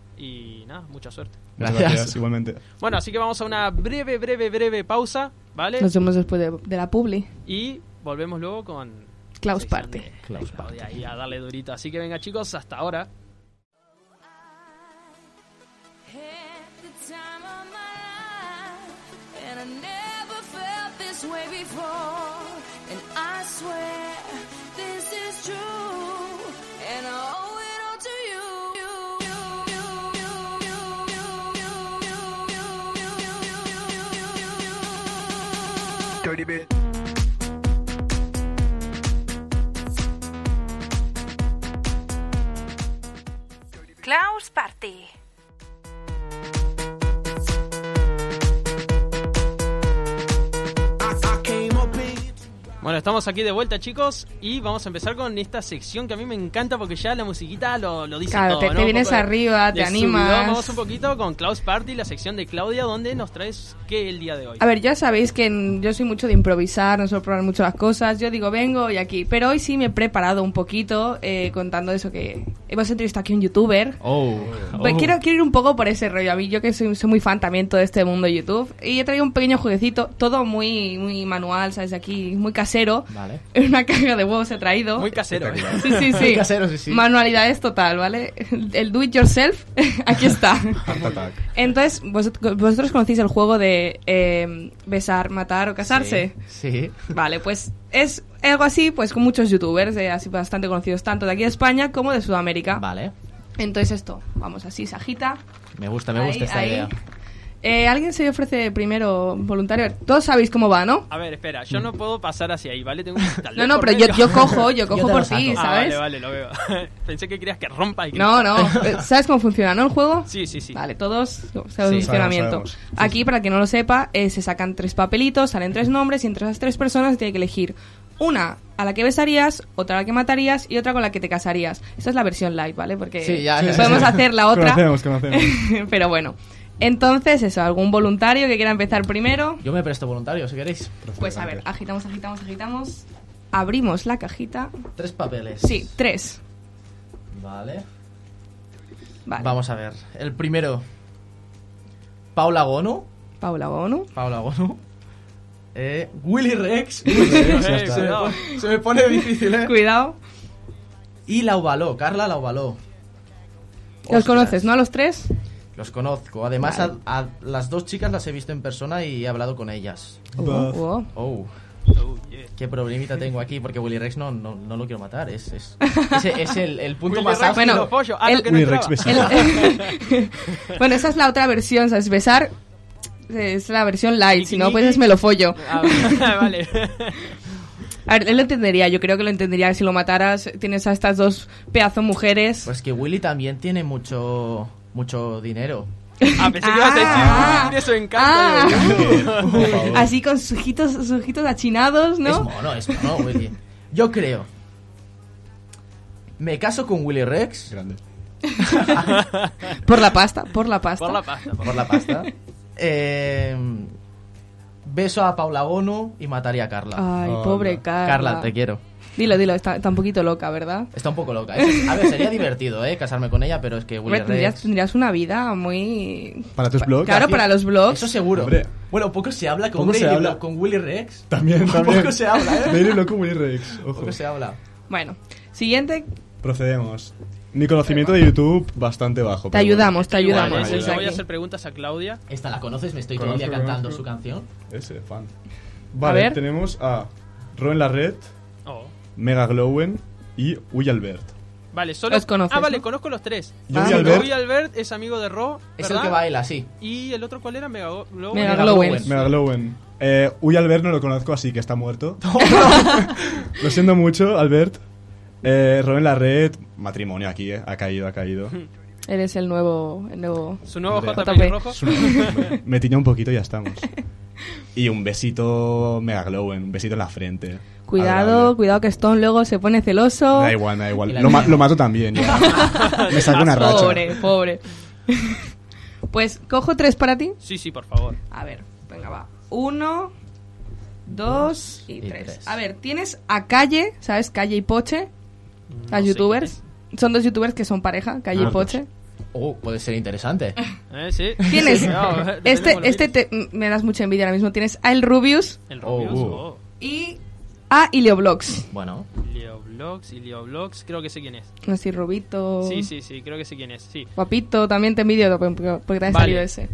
y nada, mucha suerte. Muchas Gracias. gracias, igualmente. Bueno, así que vamos a una breve, breve, breve pausa, ¿vale? Nos vemos después de, de la publi. Y volvemos luego con Klaus sección Party. de- Klaus de Claudia y a darle durito. Así que venga, chicos, hasta ahora. Had the time of my life, and I never felt this way before. And I swear this is true, and I owe it all to you. Dirty bit. Klaus Party. Bueno, estamos aquí de vuelta, chicos, y vamos a empezar con esta sección que a mí me encanta porque ya la musiquita lo, lo dice Claro, todo, te- ¿no? te Un vienes poco de- arriba, te de animas. subidón. Vamos un poquito con Klaus Party, la sección de Claudia, donde nos traes qué el día de hoy. A ver, ya sabéis que en- yo soy mucho de improvisar, no suelo probar mucho las cosas. Yo digo, vengo y aquí. Pero hoy sí me he preparado un poquito eh, contando eso que hemos entrevistado aquí a un youtuber. Oh. Pues Oh. quiero, quiero ir un poco por ese rollo. A mí, yo que soy, soy muy fan también de todo este mundo de YouTube. Y he traído un pequeño jueguecito, todo muy muy manual, ¿sabes? Aquí, muy casero. casero. Vale. En una caja de huevos he traído. Muy casero, ¿eh? Sí, sí, sí. Muy casero, sí, sí. Manualidades total, ¿vale? El do it yourself, aquí está. Heart Attack. Entonces, vosotros, vosotros conocéis el juego de eh, besar, matar o casarse. Sí. sí. Vale, pues es algo así, pues con muchos youtubers, eh, así bastante conocidos, tanto de aquí de España como de Sudamérica. Vale. Entonces esto, vamos así, se agita. Me gusta, me Ahí, gusta esta ahí. idea. Eh, ¿Alguien se ofrece primero voluntario? Todos sabéis cómo va, ¿no? A ver, espera, yo no puedo pasar hacia ahí, ¿vale? Tengo un cristal No, no, pero yo, yo cojo, yo cojo Yo te por lo saco. ti, Ah, ¿sabes? vale, vale, lo veo. Pensé que querías que rompa y que... No, no. Eh, ¿Sabes cómo funciona, no, el juego? Sí, sí, sí. Vale, todos sabemos Sí, el funcionamiento. sabemos, sabemos. Sí, Aquí, para el que no lo sepa, eh, se sacan tres papelitos, salen tres nombres y entre esas tres personas tiene que elegir una a la que besarías, otra a la que matarías y otra con la que te casarías. Esta es la versión light, ¿vale? Porque Sí, ya, ya, podemos ya. hacer la otra. Conocemos, conocemos. Pero bueno. Entonces, eso, algún voluntario que quiera empezar primero. Yo me presto voluntario, si queréis. Pues a ver, agitamos, agitamos, agitamos. Abrimos la cajita. Tres papeles. Sí, tres. Vale. Vale. Vamos a ver. El primero. Paula Gono. Paula Bono. Paula Gono. Eh, Willy Rex. Eh, se, me cuidado. pone, se me pone difícil, ¿eh? Cuidado. Y Laubaló, Carla Laubaló. ¿Los Ostras, conoces, no a los tres? Los conozco. Además, Vale. a, a las dos chicas las he visto en persona y he hablado con ellas. Oh, Buff. oh. Oh, Oh, yeah. qué problemita tengo aquí porque Willy Rex no, no, no lo quiero matar. Es, es, es, es el, el punto Willy más Rex, álgido. Bueno, lo pollo. Ah, no, el- que no Willy Rex entraba. besito. El- bueno, esa es la otra versión, ¿sabes? Besar es la versión light, si no, pues Niqui, es me lo follo. Ah, vale. A ver, él lo entendería, yo creo que lo entendería que si lo mataras, tienes a estas dos pedazo mujeres. Pues que Willy también tiene mucho mucho dinero. Ah, pensé que ibas a decir, Ah. tiene su encanto. Ah. digo, Por favor. Así con sus ojitos, sus ojitos achinados, Es ¿no? mono, es mono, Willy. Yo creo. Me caso con Willy Rex Grande. Por la pasta, por la pasta. Por la pasta. por por la pasta. Eh, beso a Paula Gono y mataría a Carla. Ay, Hola. pobre Carla. Carla, te quiero. Dilo, dilo, está, está un poquito loca, ¿verdad? Está un poco loca. Es- a ver, sería divertido, ¿eh? Casarme con ella, pero es que Willy Hombre, tendrías, Rex... tendrías una vida muy... Para tus blogs. Claro, para los blogs. Eso seguro. Hombre. Bueno, poco se habla con, Poco se Daily habla. Blog, con Willy Rex. También, también. Poco se habla, ¿eh? Daily Blog con Willy Rex. Ojo. Poco se habla. Bueno, siguiente, Procedemos. Mi conocimiento de YouTube bastante bajo. te pero ayudamos, te Igual, ayudamos. ¿eh? desde Yo voy a aquí. hacer preguntas a Claudia. Esta la conoces, me estoy todo el día Conozco, cantando conozco. su canción. bueno. Ese, fan. Vale, ver. tenemos a Roen Larret, Oh. Mega Glowen y Uy Albert. Vale, solo... Los conoces, Ah, vale, ¿no? conozco los tres. Yo Ah, Uy ¿no? Albert, Uy, Albert es amigo de Ro, Es ¿verdad? el que baila, sí. ¿Y el otro cuál era? Mega Glow. Mega Mega Glowen. Glowen. Mega Glowen. Eh, Uy Albert no lo conozco, así que está muerto. Lo siento mucho, Albert. Eh, Roen Larret, matrimonio aquí, eh. Ha caído, ha caído. Eres el nuevo... El nuevo... Su nuevo Hombre. J J P P. rojo. Me tiña un poquito y ya estamos. Y un besito Mega Glowen, un besito en la frente. Cuidado, Adorable. cuidado que Stone luego se pone celoso. Da igual, da Y igual. la Lo, ma- niña. lo mato también. ya. Me saco una racha. Pobre, pobre. Pues cojo tres para ti. Sí, sí, por favor. A ver, venga, va. Uno, dos y, y tres. tres. A ver, tienes a Calle, ¿sabes? Calle y Poche, las sé youtubers. Son dos youtubers que son pareja, Calle Ah, y Poche. Oh, puede ser interesante. ¿Eh? Sí. Tienes Cuidado, eh, depende este, cómo lo este mires. te- m- me das mucha envidia ahora mismo. Tienes a El Rubius El Oh, Rubius. uh. Oh. y a Ileoblogs. Bueno, Leo Vlogs y Leo Vlogs, creo que sé quién es. Así, Rubito. Sí, sí, sí, creo que sé quién es. Sí. Guapito, también te envidio porque, porque te ha Vale. salido ese.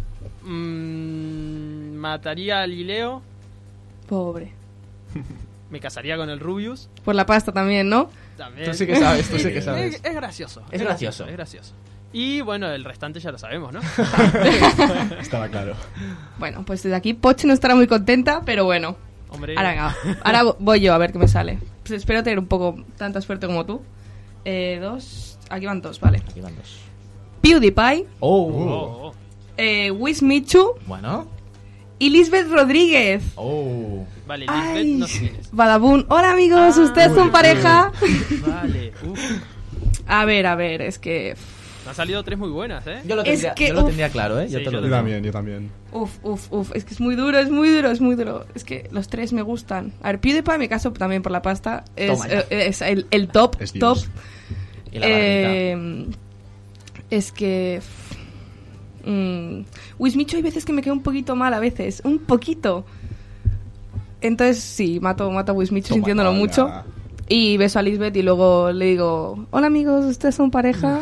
Mm, mataría a Lileo. Pobre. Me casaría con el Rubius. Por la pasta también, ¿no? También. tú sí que sabes, tú sí Es- que sabes. Es, es gracioso. Es gracioso. Es gracioso. Y bueno, el restante ya lo sabemos, ¿no? Estaba claro. Bueno, pues desde aquí Poche no estará muy contenta, pero bueno. Hombre. Ahora, venga, ahora vo- voy yo a ver qué me sale. Pues espero tener un poco tanta suerte como tú. Eh, dos. Aquí van dos, vale. Aquí van dos. PewDiePie, Oh, Oh, oh. eh, Wismichu bueno. y Lisbeth Rodríguez. Oh, Vale, Ay, Lisbeth, no sé quién es. Badabun. Hola amigos, Ah, ¿ustedes son uy, pareja? Vale. Uf. A ver, a ver, es que... Me han salido tres muy buenas, ¿eh? yo lo Es tendría, que, yo lo uf. tendría claro, ¿eh? Yo Sí, te lo yo Yo digo. también, yo también. Uf, uf, uf, es que es muy duro, es muy duro, es muy duro. Es que los tres me gustan. A ver, PewDiePie me caso también por la pasta. Es, Toma ya. eh, es el, el top, Es top. Dios. Y la barbita. Eh, es que... Mm, Wismichu hay veces que me queda un poquito mal, a veces. Un poquito. Entonces sí, mato, mato a Wismichu Toma, sintiéndolo toma. mucho. Y beso a Lisbeth y luego le digo, hola amigos, ¿ustedes son pareja?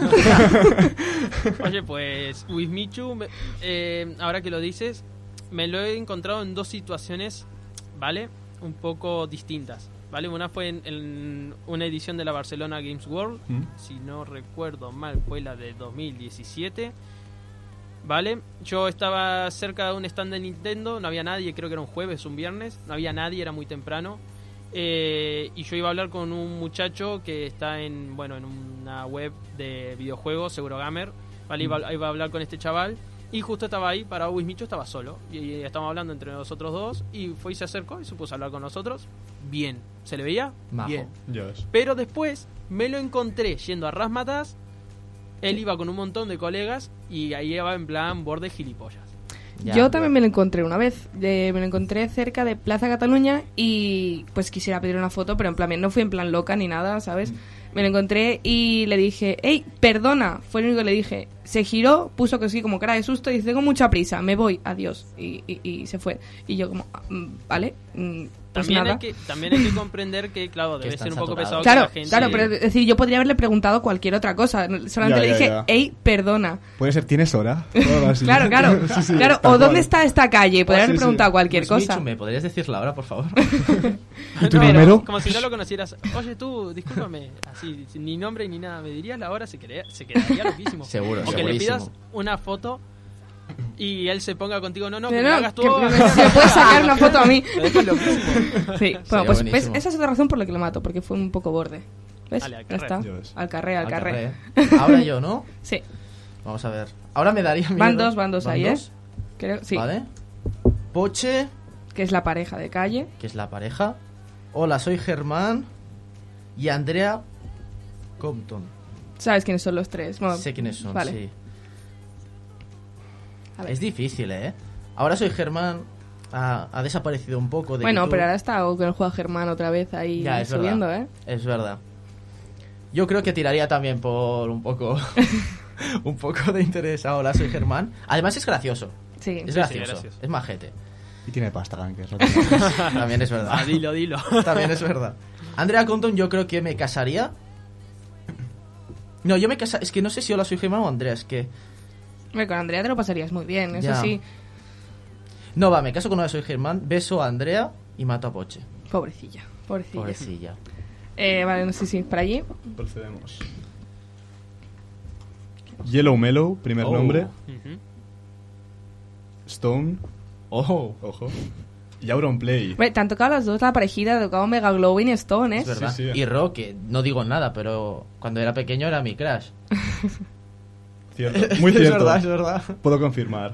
Oye, pues Wismichu, me- eh, ahora que lo dices, me lo he encontrado en dos situaciones, ¿vale? Un poco distintas, ¿vale? Una fue en, en una edición de la Barcelona Games World, ¿Mm? si no recuerdo mal, fue la de dos mil diecisiete, ¿vale? Yo estaba cerca de un stand de Nintendo, no había nadie, creo que era un jueves, un viernes, no había nadie, era muy temprano. Eh, y yo iba a hablar con un muchacho que está en bueno en una web de videojuegos, Eurogamer, ¿vale? Iba, iba a hablar con este chaval y justo estaba ahí, parado Wismichu, estaba solo y estábamos hablando entre nosotros dos y fue y se acercó y se puso a hablar con nosotros. Bien, ¿se le veía? Majo. Bien. Ya ves. Pero después me lo encontré yendo a Razmataz, él iba con un montón de colegas y ahí iba en plan borde gilipollas. Ya, Yo ya. también me lo encontré una vez. Eh, me lo encontré cerca de Plaza Cataluña y pues quisiera pedir una foto, pero en plan, no fui en plan loca ni nada, ¿sabes? Me lo encontré y le dije, hey, perdona. Fue lo único que le dije. Se giró, puso que sí, como cara de susto y dice, tengo mucha prisa, me voy, adiós. Y, y, y se fue. Y yo como, "Ah, mm, vale, mm, pues También nada. hay, que, también hay que comprender que, claro, Que debe están ser un poco saturados. pesado Claro, que la gente... claro, pero es decir, yo podría haberle preguntado cualquier otra cosa. Solamente Ya, le ya, dije, ya. hey, perdona. Puede ser, ¿tienes hora? O algo así. Claro, claro. Sí, sí, claro. tal O dónde cual. está esta calle. Podría haberle Sí, sí. preguntado cualquier Wismichu, cosa. ¿me podrías decir la hora, por favor? ¿Y tu No, número? Como si no lo conocieras. Oye, tú, discúlpame, así, sin ni nombre ni nada, ¿me dirías la hora? Se, quedaría, se quedaría loquísimo. Seguro, O que le segurísimo. pidas una foto y él se ponga contigo, no, no, que No, me no, hagas tú. que me, me puedes sacar una foto a mí. Me dejas loquísimo. Sí, bueno, pues ves, buenísimo. esa es otra razón por la que lo mato, porque fue un poco borde. ¿Ves? Vale, al Ya carrer. está. Ya ves. Al carré, al, Al carré. carré. Ahora yo, ¿no? Sí. Vamos a ver. Ahora me daría miedo. Van dos, van dos ahí, ¿eh? dos? Creo, sí. Vale. Poche, Que es la pareja de calle. que es la pareja. Hola, soy Germán. Y Andrea Compton. ¿Sabes quiénes son los tres? Bueno, Sé quiénes son, vale. sí. A ver. Es difícil, ¿eh? Ahora soy Germán. Ha, ha desaparecido un poco de Bueno, YouTube. pero ahora está con el juego Germán otra vez ahí Ya, es subiendo, verdad. ¿eh? Es verdad. Yo creo que tiraría también por un poco un poco de interés a Hola, soy Germán. Además es gracioso. Sí. Es sí, gracioso. gracioso. Es majete. Y tiene pasta, que es lo que También es verdad. Ah, dilo, dilo. También es verdad. Andrea Compton yo creo que me casaría. No, yo me casaría. Es que no sé si Hola, soy Germán o Andrea. Es que... Hombre, con Andrea te lo pasarías muy bien, eso Ya. sí. No, va, me caso con Hola, soy Germán. Beso a Andrea y mato a Poche. Pobrecilla, pobrecilla. Pobrecilla. Eh, vale, no sé si para allí. Procedemos. Yellow Mellow, primer Oh. nombre. Ujú. Stone, Oh, ojo. Y Auronplay. Hombre, te han tocado las dos la parejita, te ha tocado Mega Glowing y Stone, ¿eh? es verdad. Sí, sí. Y Ro, que no digo nada, pero cuando era pequeño era mi crush. Cierto, muy cierto. Es verdad, es verdad. Puedo confirmar.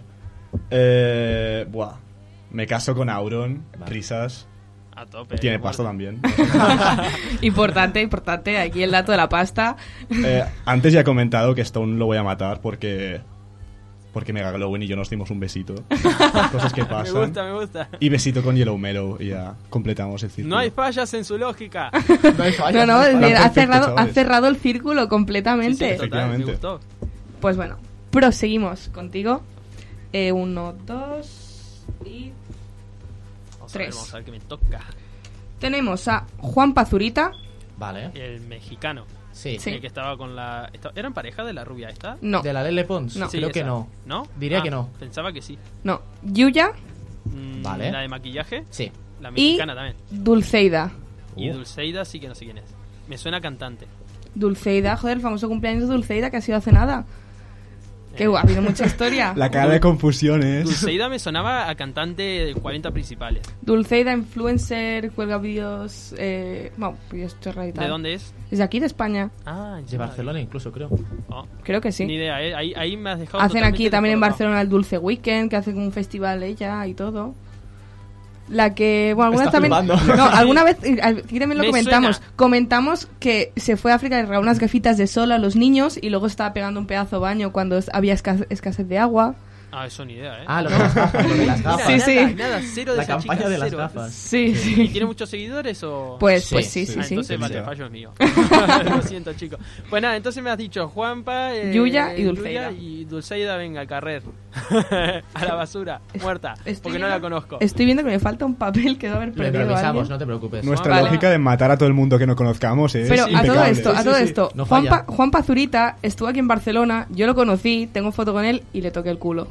Eh, buah. Me caso con Auron. Vale. Risas. A tope. Tiene bueno. pasta también. Importante, importante. Aquí el dato de la pasta. Eh, antes ya he comentado que Stone lo voy a matar porque. Porque Mega Glowin y yo nos dimos un besito. Cosas que Me pasan. gusta, me gusta. Y besito con Yellow Mellow y ya completamos el círculo. No hay fallas en su lógica. No hay falla, No, no, hay es falla. decir, ha Perfecto, cerrado, ha chavales. cerrado el círculo Sí, sí, completamente. total, me Efectivamente. gustó. Pues bueno, proseguimos contigo. Eh, uno, dos y Vamos a ver, Tres. vamos a ver qué me toca. tenemos a Juan Pazurita. Vale. El mexicano. Sí. Sí. El que estaba con la... esta- ¿Era en pareja de la rubia esta? No, ¿De la Lele Pons? No. Sí, Creo que esa. no. ¿No? Diría Ah, que no. Pensaba que sí. no. Yuya Mm, Vale. La de maquillaje. Sí. La y mexicana también. Dulceida. Y Uh. Dulceida sí que no sé quién es. Me suena cantante. Dulceida, joder, el famoso cumpleaños de Dulceida que ha sido hace nada. Que Eh, uh, ha habido mucha historia. La cara de confusión es. Dulceida me sonaba a cantante de cuarenta principales. Dulceida, influencer, cuelga vídeos. Eh, bueno, vídeos chorra y tal. ¿De dónde es? Es de aquí, de España. Ah, De Barcelona incluso, creo. Oh, Creo que sí. Ni idea, ¿eh? Ahí, ahí me has dejado. Hacen totalmente aquí también en descolocado. Barcelona el Dulce Weekend, que hacen un festival ella y todo. La que, bueno, alguna vez Está también. flipando. No, alguna vez, eh, aquí también lo Me comentamos. suena. Comentamos que se fue a África y regaló unas gafitas de sol a los niños y luego estaba pegando un pedazo baño cuando es- había esca- escasez de agua. Ah, eso ni idea, ¿eh? Ah, lo de las gafas. Lo de las Mira, gafas. Sí, nada, sí. nada, cero de La esa campaña chica, de las cero. gafas. Sí, ¿Y sí. tiene muchos seguidores o...? Pues, Sí, pues sí, sí. sí, Ah, sí. entonces, vale, Elisa. fallo es mío. Lo siento, chicos. Pues nada, entonces me has dicho Juanpa, eh, Yuya y Dulceida. Yuya y Dulceida, venga, a carrer. A la basura, muerta, Estoy porque no viendo- la conozco. Estoy viendo que me falta un papel que debe haber Lo perdido improvisamos, alguien. no te preocupes. Nuestra Vale. lógica de matar a todo el mundo que no conozcamos es Pero a todo impecable. esto, a Sí, todo sí, sí. esto, No Juan, falla. Pa- Juan Pazurita estuvo aquí en Barcelona, yo lo conocí, tengo foto con él y le toqué el culo.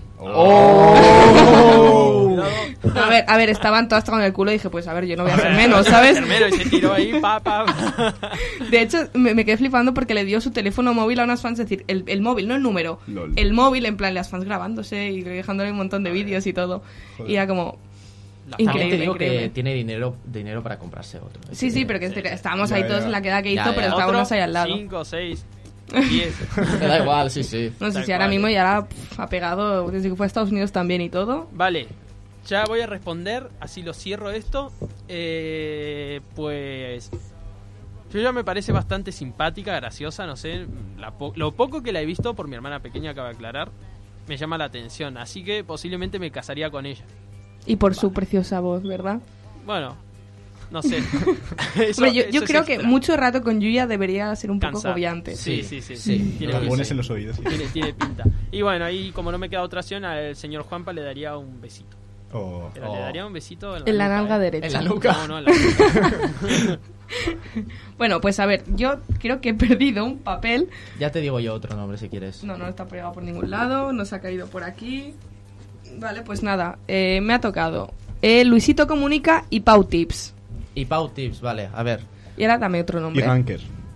¡Oh! A ver, a ver, estaban todas con el culo y dije, pues a ver, yo no voy a A hacer ver, menos, ¿sabes? hacer menos, y se tiró ahí, pa, pa, pa. De hecho, me, me quedé flipando porque le dio su teléfono móvil a unas fans, es decir, el, el móvil, no el número, Lol. el móvil, en plan, las fans grabándose y dejándole un montón de vídeos y todo. Joder. Y era como, La También increíble, te digo increíble. que tiene dinero, dinero para comprarse otro. Sí, sí, pero que Sí, sí. estábamos Ya, ahí ya. todos en la queda que Ya, hizo, ya. pero Otro, estábamos ahí al lado. cinco, seis, diez. Me da igual, sí, sí. No sé Tal si ahora cual. mismo ya la, pf, ha pegado desde que fue a Estados Unidos también y todo. Vale, ya voy a responder, así lo cierro esto. Eh, pues yo ya me parece bastante simpática, graciosa, no sé, la po- lo poco que la he visto por mi hermana pequeña, acaba de aclarar, me llama la atención, así que posiblemente me casaría con ella. Y por su preciosa voz, ¿verdad? Bueno, no sé. Eso- Hombre, yo, eso yo es creo que extra. mucho rato con Yuya debería ser un poco Cansar. agobiante. Sí, sí, sí, Sí. sí. Tiene Lo Sí, pones sí. en los oídos. sí. Tiene, tiene pinta. Y bueno, ahí como no me queda otra opción, al señor Juanpa le daría un besito. Oh. Pero Oh. le daría un besito en la, En la nuca, nalga ¿eh? derecha. En la nuca. No, no, en la nuca. Bueno, pues a ver, yo creo que he perdido un papel. Ya te digo yo otro nombre si quieres. No, no está pegado por ningún lado, no se ha caído por aquí. Vale, pues nada, eh, me ha tocado eh, Luisito Comunica y Pau Tips. Y Pau Tips, vale, a ver. Y ahora dame otro Y nombre. Ganker.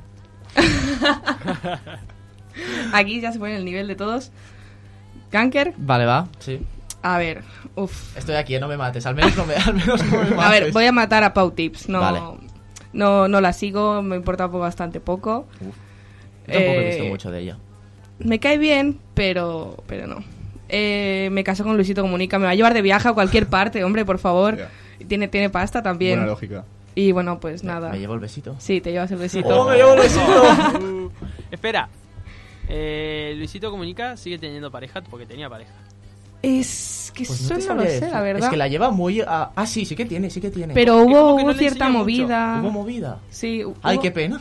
Aquí ya se pone el nivel de todos. Ganker, Vale, va, sí. a ver, uff. Estoy aquí, eh, no me mates. Al menos no me, al menos no me mates. A ver, voy a matar a Pau Tips. No, Vale. no, no la sigo, me importa bastante poco. Yo tampoco he Eh, visto mucho de ella. Me cae bien, pero, pero no. Eh, me caso con Luisito Comunica, me va a llevar de viaje a cualquier parte, hombre, por favor. Ya. Tiene, tiene pasta también. Buena lógica. Y bueno, pues nada. ¿Me llevo el besito? Sí, te llevas el besito. ¡Oh, me llevo el besito! Uh, espera. Eh, Luisito Comunica sigue teniendo pareja porque tenía pareja. Es que Pues eso te no, sabría lo sé, decir. la verdad. Es que la lleva muy... a- Ah, sí, sí que tiene, sí que tiene. Pero Es como hubo, que no hubo le cierta enseña mucho. movida. ¿Hubo movida? Sí, hubo, Ay, qué pena.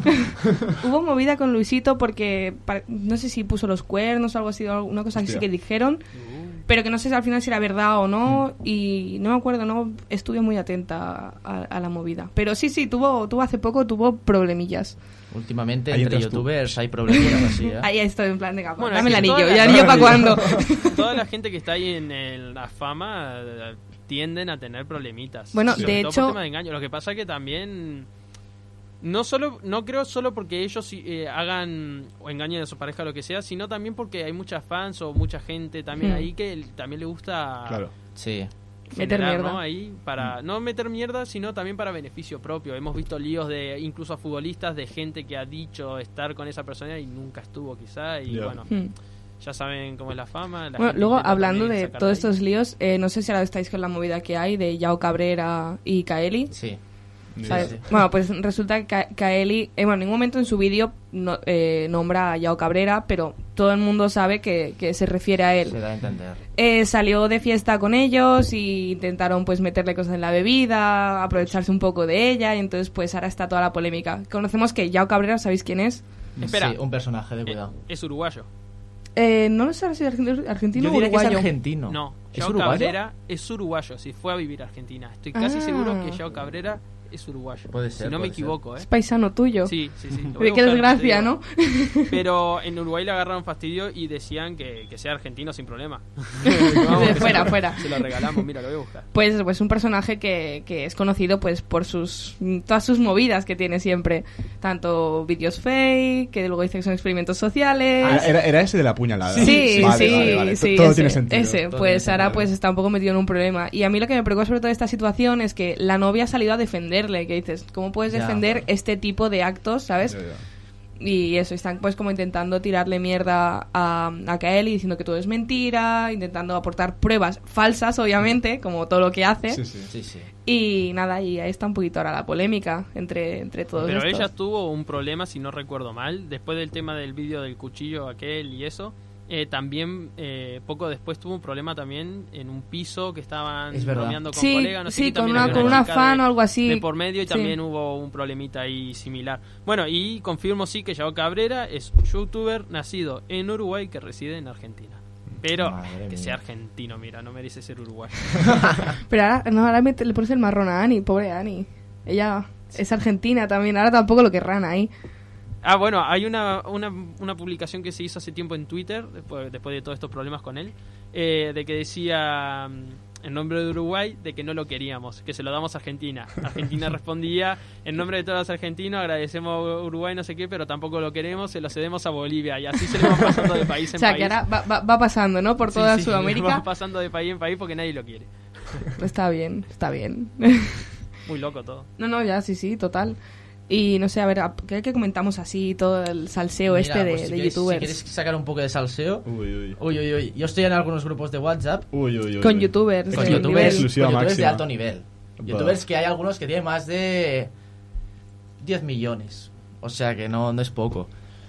hubo movida con Luisito porque pa- no sé si puso los cuernos o algo así, o una cosa así Hostia. que dijeron, pero que no sé si al final si era verdad o no, y no me acuerdo, no estuve muy atenta a, a la movida. Pero sí, sí, tuvo, tuvo hace poco, tuvo problemillas. Últimamente Ahí entre entras tú. youtubers hay problemas así, ¿eh? Ahí estoy en plan de capa. Bueno, Dame es el que anillo, toda ¿y la- anillo para cuándo? Toda la gente que está ahí en el- la fama eh, tienden a tener problemitas. Bueno, Sobre de todo hecho- por tema de engaño. Lo que pasa es que también no solo no creo solo porque ellos eh, hagan o engañen a su pareja o lo que sea, sino también porque hay muchas fans o mucha gente también Hmm. ahí que también le gusta Claro. Sí. Meter generar, mierda. ¿no? Ahí para no meter mierda, sino también para beneficio propio. Hemos visto líos de incluso a futbolistas de gente que ha dicho estar con esa persona y nunca estuvo quizá y Ya. bueno, Hmm. ya saben cómo es la fama. la Bueno, gente luego intenta hablando también de sacar todos ahí. estos líos, eh, no sé si ahora estáis con la movida que hay de Yao Cabrera y Kaeli. Sí. ¿Sabes? Sí, sí. Bueno, pues resulta que Ka- Kaeli, eh, bueno, en ningún momento en su vídeo no- eh, nombra a Yao Cabrera, pero todo el mundo sabe que, que se refiere a él. Se da a entender. Eh, salió de fiesta con ellos y intentaron pues meterle cosas en la bebida, aprovecharse un poco de ella y entonces pues ahora está toda la polémica. Conocemos que Yao Cabrera, ¿sabéis quién es? Espera. Sí, un personaje de Eh, cuidado. es uruguayo. Eh, no lo sé si es argentino, argentino Yo o diría que es uruguayo. argentino. No, ¿Es Yao uruguayo? Cabrera es uruguayo, si fue a vivir a Argentina. Estoy casi Ah. seguro que Yao Cabrera es uruguayo. Puede ser, si no me puede ser. equivoco, ¿eh? Es paisano tuyo. Sí, sí, sí. lo voy De a qué buscar, desgracia, te ¿no? digo. Pero en Uruguay le agarraron fastidio y decían que, que sea argentino sin problema. Vamos, De que fuera, se lo- fuera. Se lo regalamos, mira, lo voy a buscar. Pues, pues un personaje que, que es conocido pues por sus todas sus movidas que tiene siempre. Tanto vídeos fake, que luego dice que son experimentos sociales. Ah, era, era ese de la puñalada. Sí, Vale, sí, vale, vale. sí, Todo ese, tiene sentido. ese. Todo Pues tiene ahora sentido. pues está un poco metido en un problema. Y a mí lo que me preocupa sobre toda esta situación es que la novia ha salido a defenderle, que dices, ¿cómo puedes Ya, defender bueno. este tipo de actos, sabes? Ya, ya. Y eso, están pues como intentando tirarle mierda a, a Kaeli diciendo que todo es mentira, intentando aportar pruebas falsas, obviamente, como todo lo que hace. Sí, sí. Sí, sí. Y nada, y ahí está un poquito ahora la polémica entre, entre todos Pero estos. ella tuvo un problema, si no recuerdo mal, después del tema del vídeo del cuchillo aquel y eso. Eh, también, eh, poco después tuvo un problema también en un piso que estaban Es verdad. bromeando con Sí, colegas. No sé sí, qué, con también una, había con una chica fan de- o algo así. de por medio y Sí. también hubo un problemita ahí similar. Bueno, y confirmo sí que Yao Cabrera es youtuber nacido en Uruguay que reside en Argentina. Pero Madre que mía. sea argentino, mira, no merece ser uruguayo. Pero ahora, no, ahora me- le pones el marrón a Ani, pobre Ani. Ella es argentina también, ahora tampoco lo querrán ahí. Ah, bueno, hay una, una, una publicación que se hizo hace tiempo en Twitter, después, después de todos estos problemas con él, eh, de que decía mm, en nombre de Uruguay de que no lo queríamos, que se lo damos a Argentina. Argentina respondía, en nombre de todos los argentinos agradecemos a Uruguay no sé qué, pero tampoco lo queremos, se lo cedemos a Bolivia. Y así se lo vamos pasando de país en O sea, país. que ahora va, va- va pasando, ¿no? Por Sí, toda sí, Sudamérica. vamos pasando de país en país porque nadie lo quiere. Está bien, está bien. Muy loco todo. No, no, ya, sí, sí, total. Y no sé, a ver, a- ¿qué, qué comentamos así todo el salseo Mira, este de, pues si de quieres- youtubers? Si quieres sacar un poco de salseo. Uy, uy. Uy, uy, uy. Yo estoy en algunos grupos de WhatsApp. Uy, uy, uy. Con uy. youtubers. Con de youtubers, nivel. Exclusiva con youtubers de máxima. alto nivel. Va. Youtubers que hay algunos que tienen más de diez millones. O sea que no, no es poco.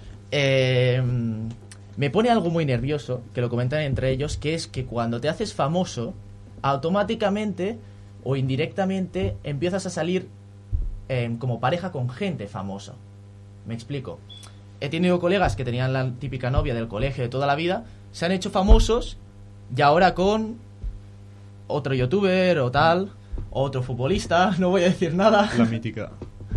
Eh, me pone algo muy nervioso, que lo comentan entre ellos, que es que cuando te haces famoso, automáticamente o indirectamente empiezas a salir eh, como pareja con gente famosa. Me explico. He tenido colegas que tenían la típica novia del colegio de toda la vida, se han hecho famosos y ahora con otro youtuber o tal, o otro futbolista, no voy a decir nada. La mítica.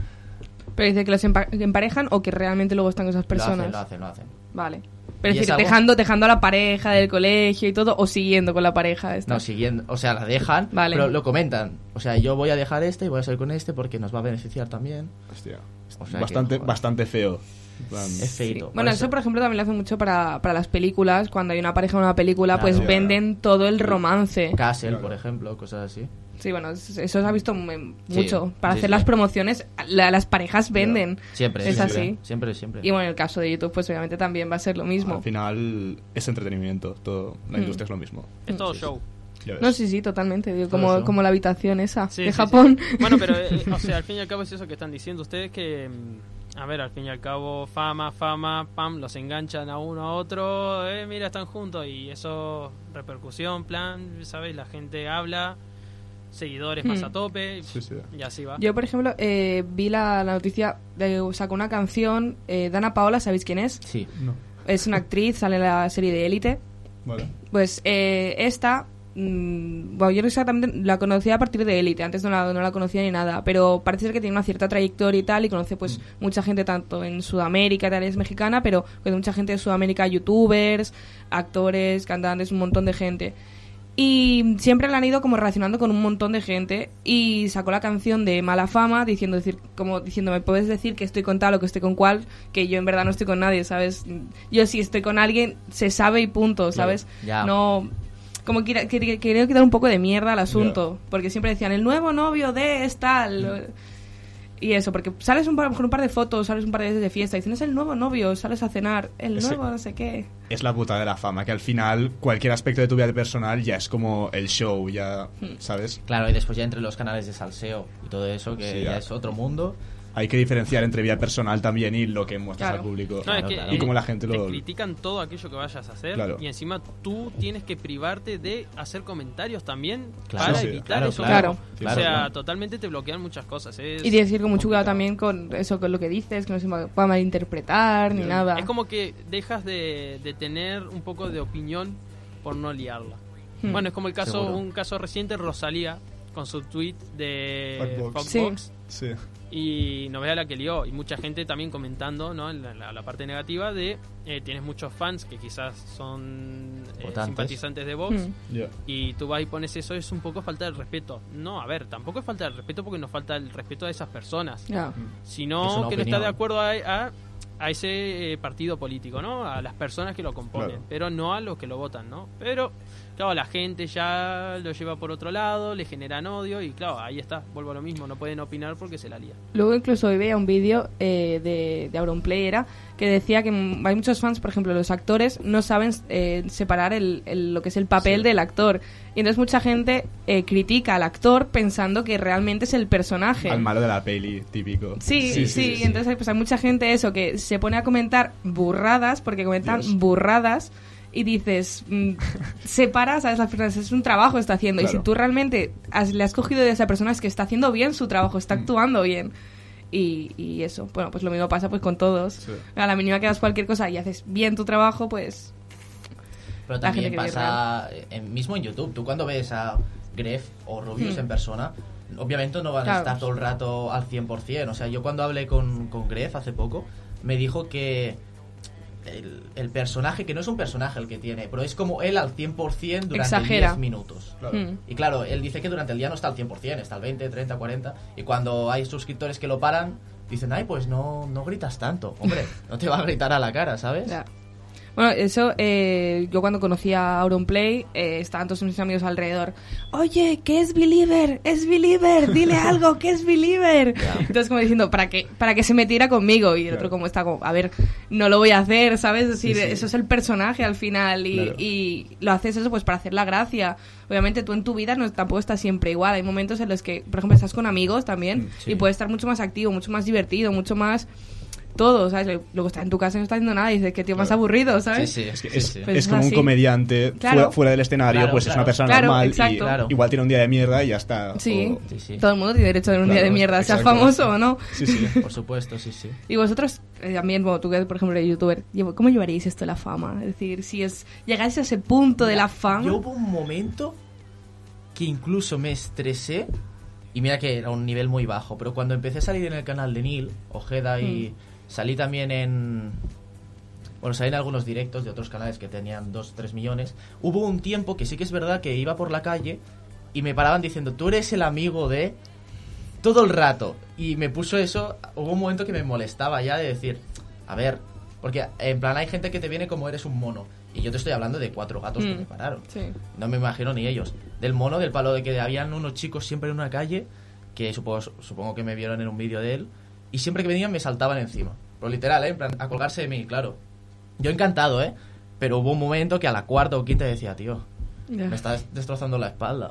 Pero dice que los empa- que emparejan o que realmente luego están con esas Lo personas. hacen, lo hacen, lo hacen. Vale. Pero Y es es decir, algo- dejando, dejando a la pareja del colegio y todo, o siguiendo con la pareja esta. No, siguiendo, o sea, la dejan, Vale. pero lo comentan. O sea, yo voy a dejar este y voy a salir con este porque nos va a beneficiar también. Hostia. O sea que, Bastante, joder. bastante feo. En plan, Es Sí. feito. Bueno, Por eso por ejemplo también lo hacen mucho para, para las películas. Cuando hay una pareja en una película, Claro. pues venden todo el romance. Castle, Claro. por ejemplo, cosas así. Sí, bueno, eso eso se ha visto mu- Sí, mucho. Para sí, hacer sí. las promociones, la- las parejas venden. Siempre. Es siempre, así. Siempre, siempre. Y bueno, en el caso de YouTube, pues obviamente también va a ser lo mismo. Al final es entretenimiento. Todo, la Mm. industria es lo mismo. Es todo show. Ya ves. No, sí, sí, totalmente. Digo, Todo como, eso. como la habitación esa Sí, de sí, Japón. sí. Bueno, pero, eh, o sea, al fin y al cabo es eso que están diciendo ustedes que, mm, a ver, al fin y al cabo, fama, fama, pam, los enganchan a uno a otro, eh, mira, están juntos y eso, repercusión, plan, ¿sabes? La gente habla, seguidores más Hmm. a tope, Sí, sí. y así va. Yo, por ejemplo, eh, vi la, la noticia de sacó una canción, eh, Dana Paola, ¿sabéis quién es? Sí. No. Es una actriz, sale en la serie de Élite. Vale. Pues eh, esta, mm, bueno, yo exactamente la conocía a partir de Élite, antes no la, no la conocía ni nada, pero parece ser que tiene una cierta trayectoria y tal, y conoce pues mucha gente tanto en Sudamérica, tal, es mexicana, pero conoce mucha gente de Sudamérica, youtubers, actores, cantantes, un montón de gente. Y siempre la han ido como relacionando con un montón de gente y sacó la canción de Mala Fama diciendo decir como diciendo me puedes decir que estoy con tal o que estoy con cual, que yo en verdad no estoy con nadie, ¿sabes? Yo si estoy con alguien se sabe y punto, ¿sabes? ya. No como que que- quería quitar un poco de mierda al asunto, porque siempre decían el nuevo novio de es tal. Y eso, porque sales un par, con un par de fotos, sales un par de veces de fiesta, y dicen es el nuevo novio, sales a cenar, el Ese- nuevo no sé qué. Es la puta de la fama, que al final cualquier aspecto de tu vida personal ya es como el show, ya, Hmm. ¿sabes? Claro, y después ya entre los canales de salseo y todo eso, que Sí, ya ya. es otro mundo. Hay que diferenciar entre vida personal también y lo que muestras Claro. al público. No, es Claro, que, claro. Y eh, como la gente te lo... critican todo aquello que vayas a hacer Claro. y encima tú tienes que privarte de hacer comentarios también Claro, para sí, evitar claro, eso. claro. O Claro, sea, claro. totalmente te bloquean muchas cosas. Es Y tienes que ir con mucho cuidado complicado. también con eso, con lo que dices, que no se ma- pueda malinterpretar ni Ya. nada. Es como que dejas de, de tener un poco de opinión por no liarla. Hmm. Bueno, es como el caso, Seguro. un caso reciente, Rosalía, con su tweet de Fuckbox. Fuckbox, Sí. y no vea la que lió. Y mucha gente también comentando, ¿no? En la, la- la parte negativa de eh, tienes muchos fans que quizás son eh, Votantes. simpatizantes de Vox. Hmm. Ya. Y tú vas y pones eso, es un poco falta de respeto. No, a ver, tampoco es falta de respeto porque nos falta el respeto a esas personas, Ya. Es sino una que no está opinión. de acuerdo a, a, a ese eh, partido político, ¿no? A las personas que lo componen, Claro. pero no a los que lo votan, ¿no? Pero, claro, la gente ya lo lleva por otro lado, le generan odio y, claro, ahí está, vuelvo a lo mismo, no pueden opinar porque se la lía. Luego incluso hoy veía un vídeo eh, de, de Auronplay era que decía que mm, hay muchos fans, por ejemplo, los actores no saben eh, separar el, el- lo que es el papel Sí. del actor. Y entonces mucha gente eh, critica al actor pensando que realmente es el personaje. Al malo de la peli, típico. Sí, sí, y entonces pues hay mucha gente eso que se pone a comentar burradas, porque comentan Dios. burradas y dices, mm, separa, ¿sabes? Las personas, es un trabajo que está haciendo y Claro. si tú realmente has- le has cogido de esa persona es que está haciendo bien su trabajo, está Mm. actuando bien. Y, y eso, bueno, pues lo mismo pasa pues con todos. Sí. A la mínima que hagas cualquier cosa y haces bien tu trabajo, pues Pero la también gente que pasa, en, mismo en YouTube, tú cuando ves a Gref o Rubius Hmm. en persona, obviamente no van Claro. a estar todo el rato al cien por ciento. O sea, yo cuando hablé con, con Gref hace poco, me dijo que el, el personaje, que no es un personaje el que tiene, pero es como él al cien por ciento durante Exagera. diez minutos. Claro. Mm. Y claro, él dice que durante el día no está al cien por ciento, está al veinte, treinta, cuarenta. Y cuando hay suscriptores que lo paran, dicen, ay, pues no, no gritas tanto. Hombre, no te va a gritar a la cara, ¿sabes? Ya. Bueno, eso, eh, yo cuando conocí a Auronplay, eh, estaban todos mis amigos alrededor. Oye, ¿qué es Believer? Es Believer, dile algo, ¿qué es Believer? Entonces como diciendo, para que, para que se metiera conmigo. Y el otro Claro. como está como, a ver, no lo voy a hacer, ¿sabes? Es decir, Sí, sí. eso es el personaje al final. Y, Claro. y lo haces eso pues para hacer la gracia. Obviamente tú en tu vida no, tampoco estás siempre igual. Hay momentos en los que, por ejemplo, estás con amigos también Sí. y puedes estar mucho más activo, mucho más divertido, mucho más... todo, ¿sabes? Luego está en tu casa y no está haciendo nada y dices, qué tío más Claro. aburrido, ¿sabes? Sí, sí, Es, que sí, es, sí. Pues es es como un así. comediante Claro. fuera, fuera del escenario, Claro, pues es claro. una persona Claro, normal exacto. y Claro. igual tiene un día de mierda y ya está. Sí. O- Sí, sí. Todo el mundo tiene derecho a tener un día Claro, de mierda, sea exacto. famoso o no. Sí, sí. Por supuesto, sí, sí. Y vosotros, eh, también, como tú que por ejemplo eres youtuber, llevo- ¿cómo llevaríais esto de la fama? Es decir, si es llegáis a ese punto de la fama... Yo hubo un momento que incluso me estresé, y mira que era un nivel muy bajo, pero cuando empecé a salir en el canal de Neil, Ojeda, y salí también en... Bueno, salí en algunos directos de otros canales que tenían dos, tres millones. Hubo un tiempo que sí que es verdad que iba por la calle y me paraban diciendo, tú eres el amigo de... Todo el rato. Y me puso eso, hubo un momento que me molestaba ya de decir, a ver, porque en plan hay gente que te viene como eres un mono. Y yo te estoy hablando de cuatro gatos que Mm. me pararon. Sí. No me imagino ni ellos. Del mono, del palo de que habían unos chicos siempre en una calle, que supongo, supongo que me vieron en un vídeo de él, y siempre que venían me saltaban encima. Pero literal, ¿eh? En plan, a colgarse de mí, claro. Yo encantado, ¿eh? Pero hubo un momento que a la cuarta o quinta decía, tío, Ya. me estás destrozando la espalda.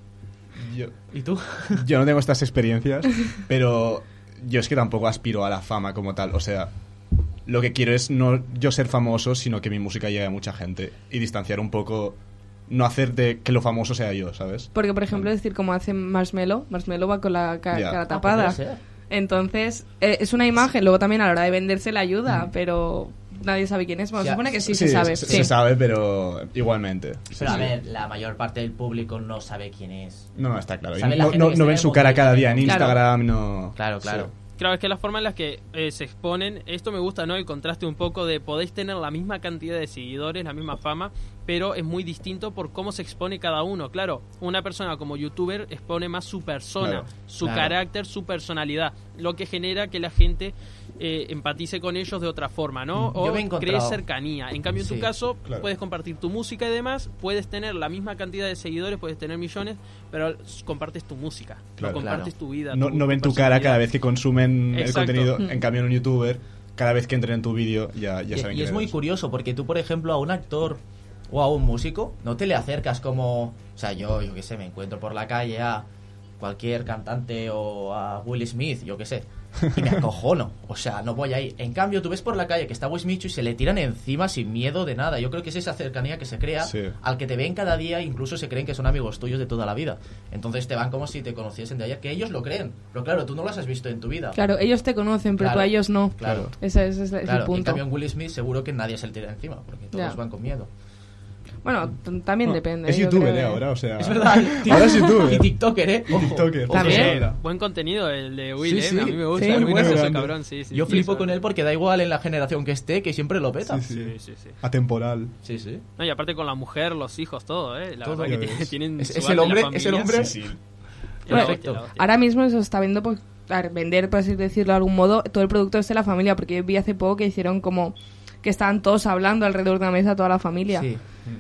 Yo, ¿Y tú? yo no tengo estas experiencias, pero yo es que tampoco aspiro a la fama como tal. O sea, lo que quiero es no yo ser famoso, sino que mi música llegue a mucha gente y distanciar un poco, no hacer de que lo famoso sea yo, ¿sabes? Porque, por ejemplo, decir como hace Marshmello, Marshmello va con la ca- Ya. cara Ah, tapada. podría ser. Entonces, eh, es una imagen, luego también a la hora de venderse la ayuda, pero nadie sabe quién es. Bueno, Ya. se supone que sí, se sabe. Se, sí. se sabe, pero igualmente. Pero a Sí. ver, la mayor parte del público no sabe quién es. No, no, está claro. Y Sabe la No, gente no, que no está ven en su el cara móvil, cada día en claro. Instagram, no... Claro, claro. Sí. Claro, es que la forma en la que eh, se exponen, esto me gusta, ¿no? El contraste un poco de podéis tener la misma cantidad de seguidores, la misma fama, pero es muy distinto por cómo se expone cada uno. Claro, una persona como youtuber expone más su persona, Claro. su Claro. carácter, su personalidad, lo que genera que la gente eh, empatice con ellos de otra forma, ¿no? Yo O me he cree encontrado- cercanía. En cambio, en Sí, tu caso, claro. puedes compartir tu música y demás, puedes tener la misma cantidad de seguidores, puedes tener millones, pero compartes tu música, Claro. no compartes Claro. tu vida. No, no ven tu cara cada vez que consumen Exacto. el contenido. Mm. En cambio, en un youtuber, cada vez que entren en tu vídeo, ya, ya Y, saben y quién es muy eres. curioso porque tú, por ejemplo, a un actor o a un músico no te le acercas como... O sea, yo, yo qué sé, me encuentro por la calle a cualquier cantante o a Will Smith, yo qué sé, y me acojono. O sea, no voy ahí. En cambio, tú ves por la calle que está Will Smith y se le tiran encima sin miedo de nada. Yo creo que es esa cercanía que se crea Sí. al que te ven cada día, incluso se creen que son amigos tuyos de toda la vida. Entonces te van como si te conociesen de ayer, que ellos lo creen. Pero claro, tú no los has visto en tu vida. Claro, ellos te conocen, pero Claro. tú a ellos no. Claro. Ese, ese es, ese es Claro, el en punto. cambio en Will Smith seguro que nadie se le tira encima, porque todos Ya. van con miedo. Bueno, t- también No, depende. Es yo youtuber, creo ¿eh? que- Ahora, o sea... Es verdad. Ahora es youtuber. Y TikToker, ¿eh? Y Ojo. TikToker. Ojo. También. Sí. Buen contenido el de Will, Sí, ¿eh? sí. A mí me gusta, Sí, es muy muy gracioso, grande. cabrón, sí, sí. Yo sí, flipo eso. con él porque da igual en la generación que esté, que siempre lo peta. Sí, sí. Sí, sí, sí. Atemporal. Sí, sí. No, y aparte con la mujer, los hijos, todo, ¿eh? La Todo, verdad ya que tiene- ves. tienen Es- su es el arte, hombre- la es el familia. hombre- Sí, sí. Bueno, Perfecto, la hostia. ahora mismo eso está viendo, pues, a ver, vender, por así decirlo de algún modo, todo el producto es de la familia, porque yo vi hace poco que hicieron como que estaban todos hablando alrededor de una mesa, toda la familia. Sí.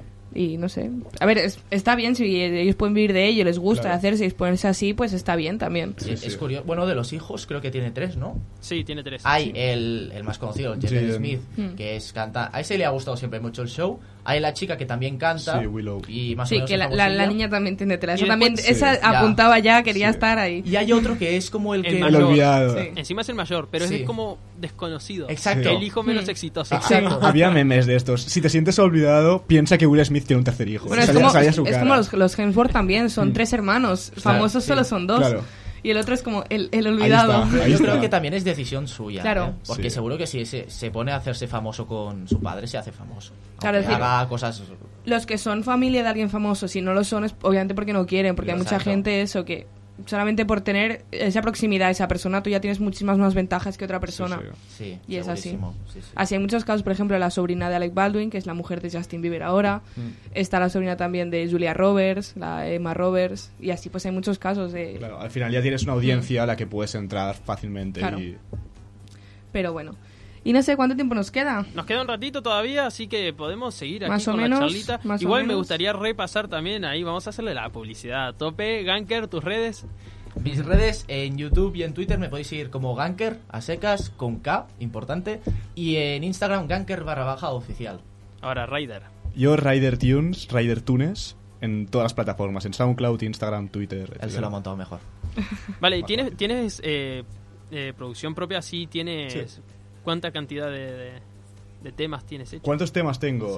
Y no sé. A ver, es- está bien si ellos pueden vivir de ello, les gusta Claro. hacerse y exponerse así, pues está bien también. Sí, Sí, es sí. curioso. Bueno, de los hijos creo que tiene tres, ¿no? Sí, tiene tres. Hay Sí. el, el más conocido, el Jaden Jaden. Smith, Hmm. que es canta. A ese le ha gustado siempre mucho el show. Hay la chica que también canta. Sí, Willow. Y más o Sí, menos que es la, la, la famosilla. niña también tiene tela. Y Esa después- también, Sí. esa Ya. apuntaba ya, quería Sí. estar ahí. Y hay otro que es como el El que... El mayor. olvidado. Sí. Encima es el mayor, pero Sí. es como desconocido. Exacto. El hijo menos Mm. exitoso. Exacto. Había memes de estos. Si te sientes olvidado, piensa que Will Smith tiene un tercer hijo. Bueno, es Salía- como, salía es, su es cara. como los, los Hemsworth también, son Mm. tres hermanos. Claro, Famosos sí. solo son dos. Claro. Y el otro es como el, el olvidado. está. Ahí Yo está. creo que también es decisión suya. Claro. ¿eh? Porque Sí. seguro que si se, se pone a hacerse famoso con su padre, se hace famoso. Claro, Aunque es decir- haga cosas Los que son familia de alguien famoso, si no lo son, es obviamente porque no quieren, porque hay mucha Exacto. gente eso que solamente por tener esa proximidad a esa persona tú ya tienes muchísimas más ventajas que otra persona. Sí, Y es así. segurísimo. Sí, sí. Así hay muchos casos, por ejemplo, la sobrina de Alec Baldwin, que es la mujer de Justin Bieber ahora. Mm. Está la sobrina también de Julia Roberts, la Emma Roberts. Y así pues hay muchos casos de... Claro, al final ya tienes una audiencia a la que puedes entrar fácilmente. Claro. Y... Pero bueno. Y no sé cuánto tiempo nos queda. Nos queda un ratito todavía, así que podemos seguir aquí Más o con menos, la charlita. más o Igual me menos. gustaría repasar también ahí, vamos a hacerle la publicidad a tope. Ganker, tus redes. Mis redes en YouTube y en Twitter me podéis seguir como Ganker, a secas, con K, importante. Y en Instagram, Ganker barra baja oficial. Ahora, Raider. Yo, Rider Tunes, Rider Tunes, en todas las plataformas, en SoundCloud, Instagram, Twitter, Él etcétera. se lo ha montado mejor. Vale, ¿y tienes, tienes eh, eh, producción propia? Sí, tienes... Sí. ¿Cuánta cantidad de, de, de temas tienes hecho? ¿Cuántos temas tengo? Sí.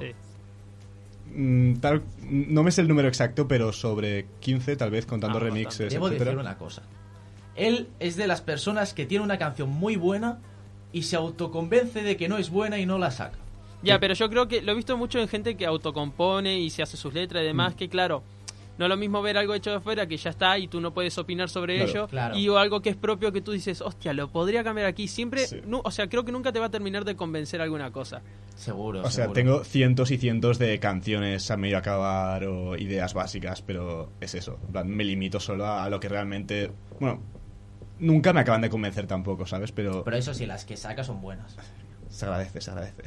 Mm, tal, no me sé el número exacto, pero sobre quince, tal vez, contando Ah, remixes, Debo etcétera. decir una cosa. Él es de las personas que tiene una canción muy buena y se autoconvence de que no es buena y no la saca. Ya, pero yo creo que lo he visto mucho en gente que autocompone y se hace sus letras y demás, Mm. que claro, no es lo mismo ver algo hecho de afuera que ya está y tú no puedes opinar sobre Claro, ello, claro. y o algo que es propio que tú dices, hostia, lo podría cambiar aquí. Siempre, Sí. nu- o sea, creo que nunca te va a terminar de convencer alguna cosa. Seguro, O sea, seguro. tengo cientos y cientos de canciones a medio acabar o ideas básicas, pero es eso. En plan, me limito solo a, a lo que realmente... Bueno, nunca me acaban de convencer tampoco, ¿sabes? Pero, Pero eso sí, las que saca son buenas. se agradece, se agradece.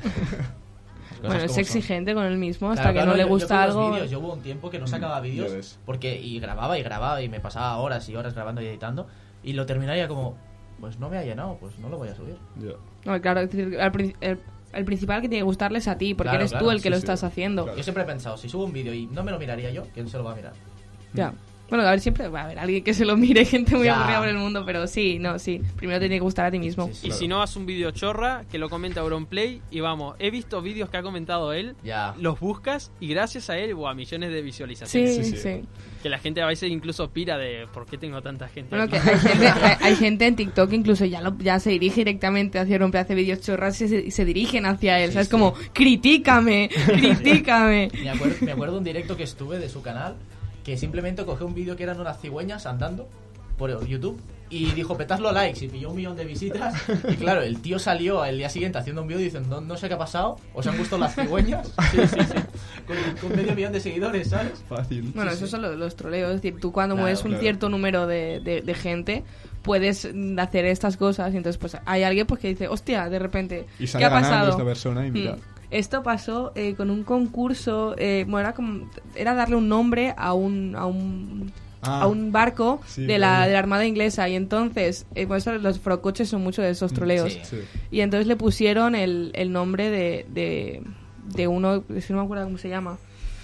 Las Bueno, cosas es como son. exigente con él mismo, hasta Claro, que claro, no le yo- gusta yo con los algo. vídeos, yo hubo un tiempo que no sacaba Ya vídeos ves. porque y grababa y grababa y me pasaba horas y horas grabando y editando y lo terminaría como, pues no me ha llenado, pues no lo voy a subir. Yo. No, claro, es decir, al prin- el, el principal que tiene que gustarle es a ti, porque Claro, eres claro, tú el que sí, lo sí. estás haciendo. Claro. Yo siempre he pensado, si subo un vídeo y no me lo miraría yo, ¿quién se lo va a mirar? Ya. Bueno, a ver, siempre va a haber alguien que se lo mire, gente muy Ya. aburrida por el mundo, pero sí, no, sí. Primero te tiene que gustar a ti mismo. Sí, sí. Y si no, haz un vídeo chorra que lo comenta Auronplay y vamos, he visto vídeos que ha comentado él, Ya. los buscas y gracias a él, buah, millones de visualizaciones. Sí, Sí, sí. sí. Que la gente a veces incluso pira de por qué tengo tanta gente Bueno, aquí? que hay gente, hay, hay gente en TikTok que incluso ya lo, ya se dirige directamente hacia Rompe, hace vídeos chorras y se, se dirigen hacia él. Sí, ¿Sabes? sí. Como, critícame, critícame. Me acuerdo, me acuerdo un directo que estuve de su canal que simplemente cogió un vídeo que eran unas cigüeñas andando por YouTube y dijo petadlo likes y pilló un millón de visitas y claro, el tío salió el día siguiente haciendo un vídeo diciendo no, no sé qué ha pasado, ¿os han gustado las cigüeñas? Sí, sí, sí. Con, con medio millón de seguidores, ¿sabes? Fácil. Bueno, Sí, esos sí. son los, los troleos. Es decir, tú cuando Claro, mueves un claro. cierto número de, de, de gente, puedes mm, hacer estas cosas. Y entonces, pues hay alguien pues que dice, hostia, de repente, Y ¿qué sale ha ganando pasado? esta persona y mira. Mm. Esto pasó eh, con un concurso, eh, bueno, era, como, era darle un nombre a un, a un, Ah, a un barco sí, de, la, vale. de la Armada Inglesa. Y entonces, eh, pues eso, los frocoches son mucho de esos troleos. Sí. sí. Y entonces le pusieron el, el nombre de, de, de uno, es que no me acuerdo cómo se llama.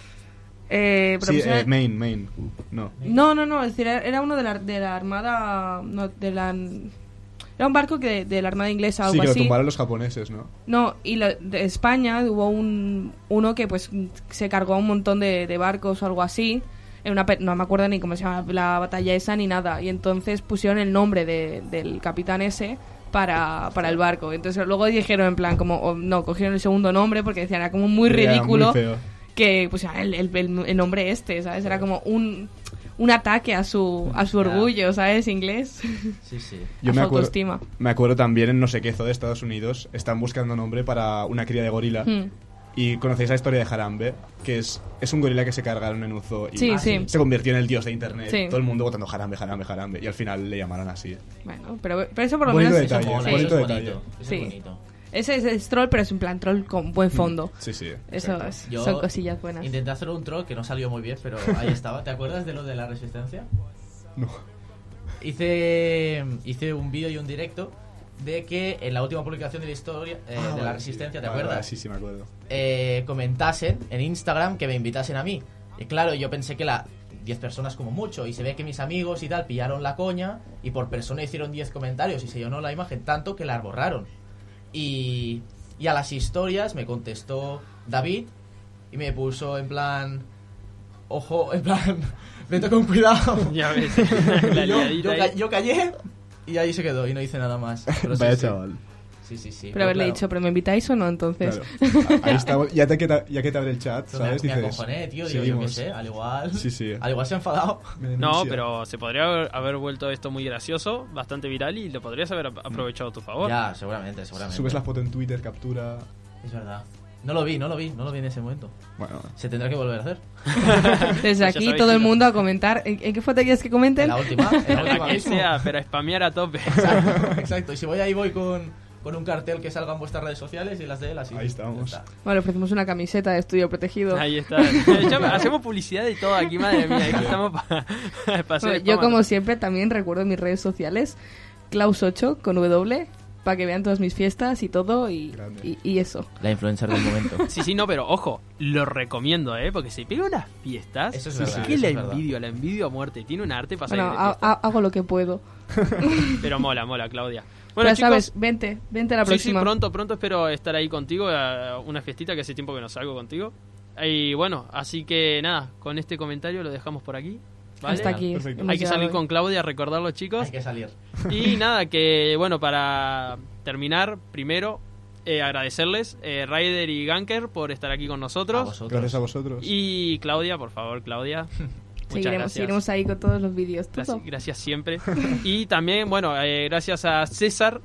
Eh, pero Sí, pusieron- eh, main, main. No. no, no, no, es decir, era uno de la, de la Armada, no, de la... Era un barco que de, de la Armada Inglesa o Sí, algo que lo así. tumbaron los japoneses, ¿no? No, y lo- de España hubo un uno que pues se cargó a un montón de, de barcos o algo así. En una, pe- no me acuerdo ni cómo se llama la batalla esa ni nada. Y entonces pusieron el nombre de- del capitán ese para, para el barco. Entonces luego dijeron en plan como, oh, no, cogieron el segundo nombre porque decían era como muy Era ridículo muy feo. que pusieran el, el, el- el nombre este, ¿sabes? Era como un, un ataque a su, a su Ya. orgullo, ¿sabes? Inglés. Sí, sí. Yo a me su acuerdo, autoestima. me acuerdo también en no sé qué zoo de Estados Unidos, están buscando nombre para una cría de gorila. Hmm. Y conocéis la historia de Harambe, que es, es un gorila que se cargaron en un zoo y Sí, Ah, sí. se convirtió en el dios de internet. Sí. Todo el mundo votando Harambe, Harambe, Harambe. Y al final le llamaron así. Bueno, pero, pero eso por lo Bonito menos... detalle, Eso mola, bonito eso es detalle. bonito. Eso Sí. es bonito. Ese es, es troll, pero es un plan troll con buen fondo. Sí, sí. Eso exacto. es- Yo son cosillas buenas. Intenté hacer un troll que no salió muy bien, pero ahí estaba. ¿Te acuerdas de lo de la resistencia? No. Hice, hice un vídeo y un directo de que en la última publicación de la historia eh, Ah, de vale, la sí. resistencia, ¿te Vale, acuerdas? vale, sí, sí, me acuerdo. Eh, comentasen en Instagram que me invitasen a mí. Y claro, yo pensé que la diez personas como mucho, y se ve que mis amigos y tal pillaron la coña y por persona hicieron diez comentarios y se llenó la imagen tanto que la borraron. Y, y a las historias me contestó David y me puso en plan, ojo, en plan, vete con cuidado. Ya ves, la Y yo, liadita yo, ahí. ca- yo callé y ahí se quedó y no hice nada más. Pero sí, Vaya sí. chaval. Sí, sí, sí. Pero haberle claro, dicho, ¿pero me invitáis o no? Entonces. Claro. Ahí está, ya, te, queda- ya que te abre el chat, pero me- ¿sabes? me, Dices, acojoné, tío, digo, yo qué seguimos. sé, al igual. Sí, sí. Al igual se ha enfadado. Me No, denuncia. pero se podría haber, haber vuelto esto muy gracioso, bastante viral y lo podrías haber ap- aprovechado a tu favor. Ya, seguramente, seguramente. Subes la foto en Twitter, captura... Es verdad. No lo vi, no lo vi, no lo vi en ese momento. Bueno, Se tendrá que volver a hacer. Desde Ya aquí sabéis, todo el chicos. mundo a comentar. ¿En, en qué foto quieres que comenten? En la última, en la La última que mismo. sea, pero spamear a tope. Exacto, exacto. Y si voy ahí, voy con, con un cartel que salga en vuestras redes sociales y las de él así. Ahí estamos. Ya está. Bueno, ofrecemos una camiseta de estudio protegido. Ahí está. Ya hacemos publicidad de todo aquí, madre mía. Aquí estamos para Bueno, yo, como siempre, también recuerdo en mis redes sociales Klaus ocho con W para que vean todas mis fiestas y todo y, Grande. y, y eso. La influencer del momento. Sí, sí, no, pero ojo, lo recomiendo, ¿eh? Porque se pega unas fiestas. Eso es sí, verdad, que eso la es verdad. envidio, la envidio a muerte. Tiene un arte para salir Bueno, de ha- fiesta. ha- hago lo que puedo. Pero mola, mola, Claudia. Bueno, Pero chicos, sabes, vente, vente a la sí, sí, próxima. pronto, pronto espero estar ahí contigo, a una fiestita que hace tiempo que no salgo contigo. Y bueno, así que nada, con este comentario lo dejamos por aquí. ¿vale? Hasta aquí. Perfecto. hemos Hay que llegado salir hoy. con Claudia a recordarlo, chicos. Hay que salir. Y nada, que bueno, para terminar, primero eh, agradecerles, eh, Ryder y Ganker, por estar aquí con A nosotros. vosotros. gracias a vosotros. Y Claudia, por favor, Claudia. Muchas Seguiremos, gracias. seguiremos ahí con todos los vídeos. todo. Gracias, gracias siempre. Y también, bueno, eh, gracias a César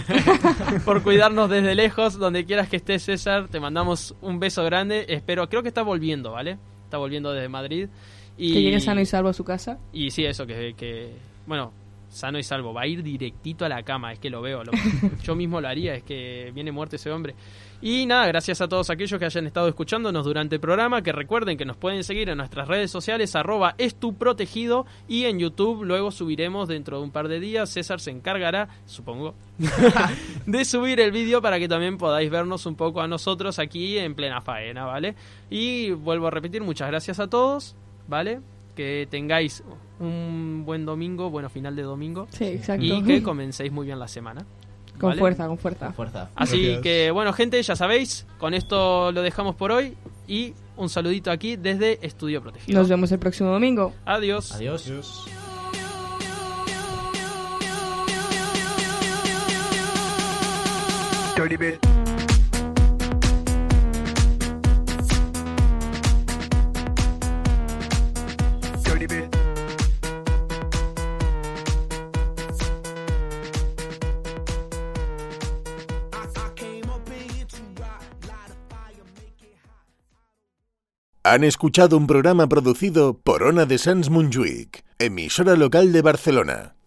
por cuidarnos desde lejos. Donde quieras que estés, César, te mandamos un beso grande. Espero, creo que está volviendo, ¿vale? Está volviendo desde Madrid. Y, Que llegue sano y salvo a su casa. Y sí, eso, que, que, bueno, sano y salvo. Va a ir directito a la cama, es que lo veo. Lo- yo mismo lo haría, es que viene muerto ese hombre. Y nada, gracias a todos aquellos que hayan estado escuchándonos durante el programa. Que recuerden que nos pueden seguir en nuestras redes sociales, arroba estuprotegido. Y en YouTube luego subiremos dentro de un par de días. César se encargará, supongo, de subir el vídeo para que también podáis vernos un poco a nosotros aquí en plena faena, ¿vale? Y vuelvo a repetir, muchas gracias a todos, ¿vale? Que tengáis un buen domingo, bueno, final de domingo. Sí, exacto. Y que comencéis muy bien la semana. Con ¿vale? fuerza, con fuerza. Con fuerza. Así Gracias. que, bueno, gente, ya sabéis, con esto lo dejamos por hoy. Y un saludito aquí desde Estudio Protegido. Nos vemos el próximo domingo. Adiós. Adiós. Adiós. Dirty bit. Dirty bit. Han escuchado un programa producido por Ona de Sans Montjuïc, emisora local de Barcelona.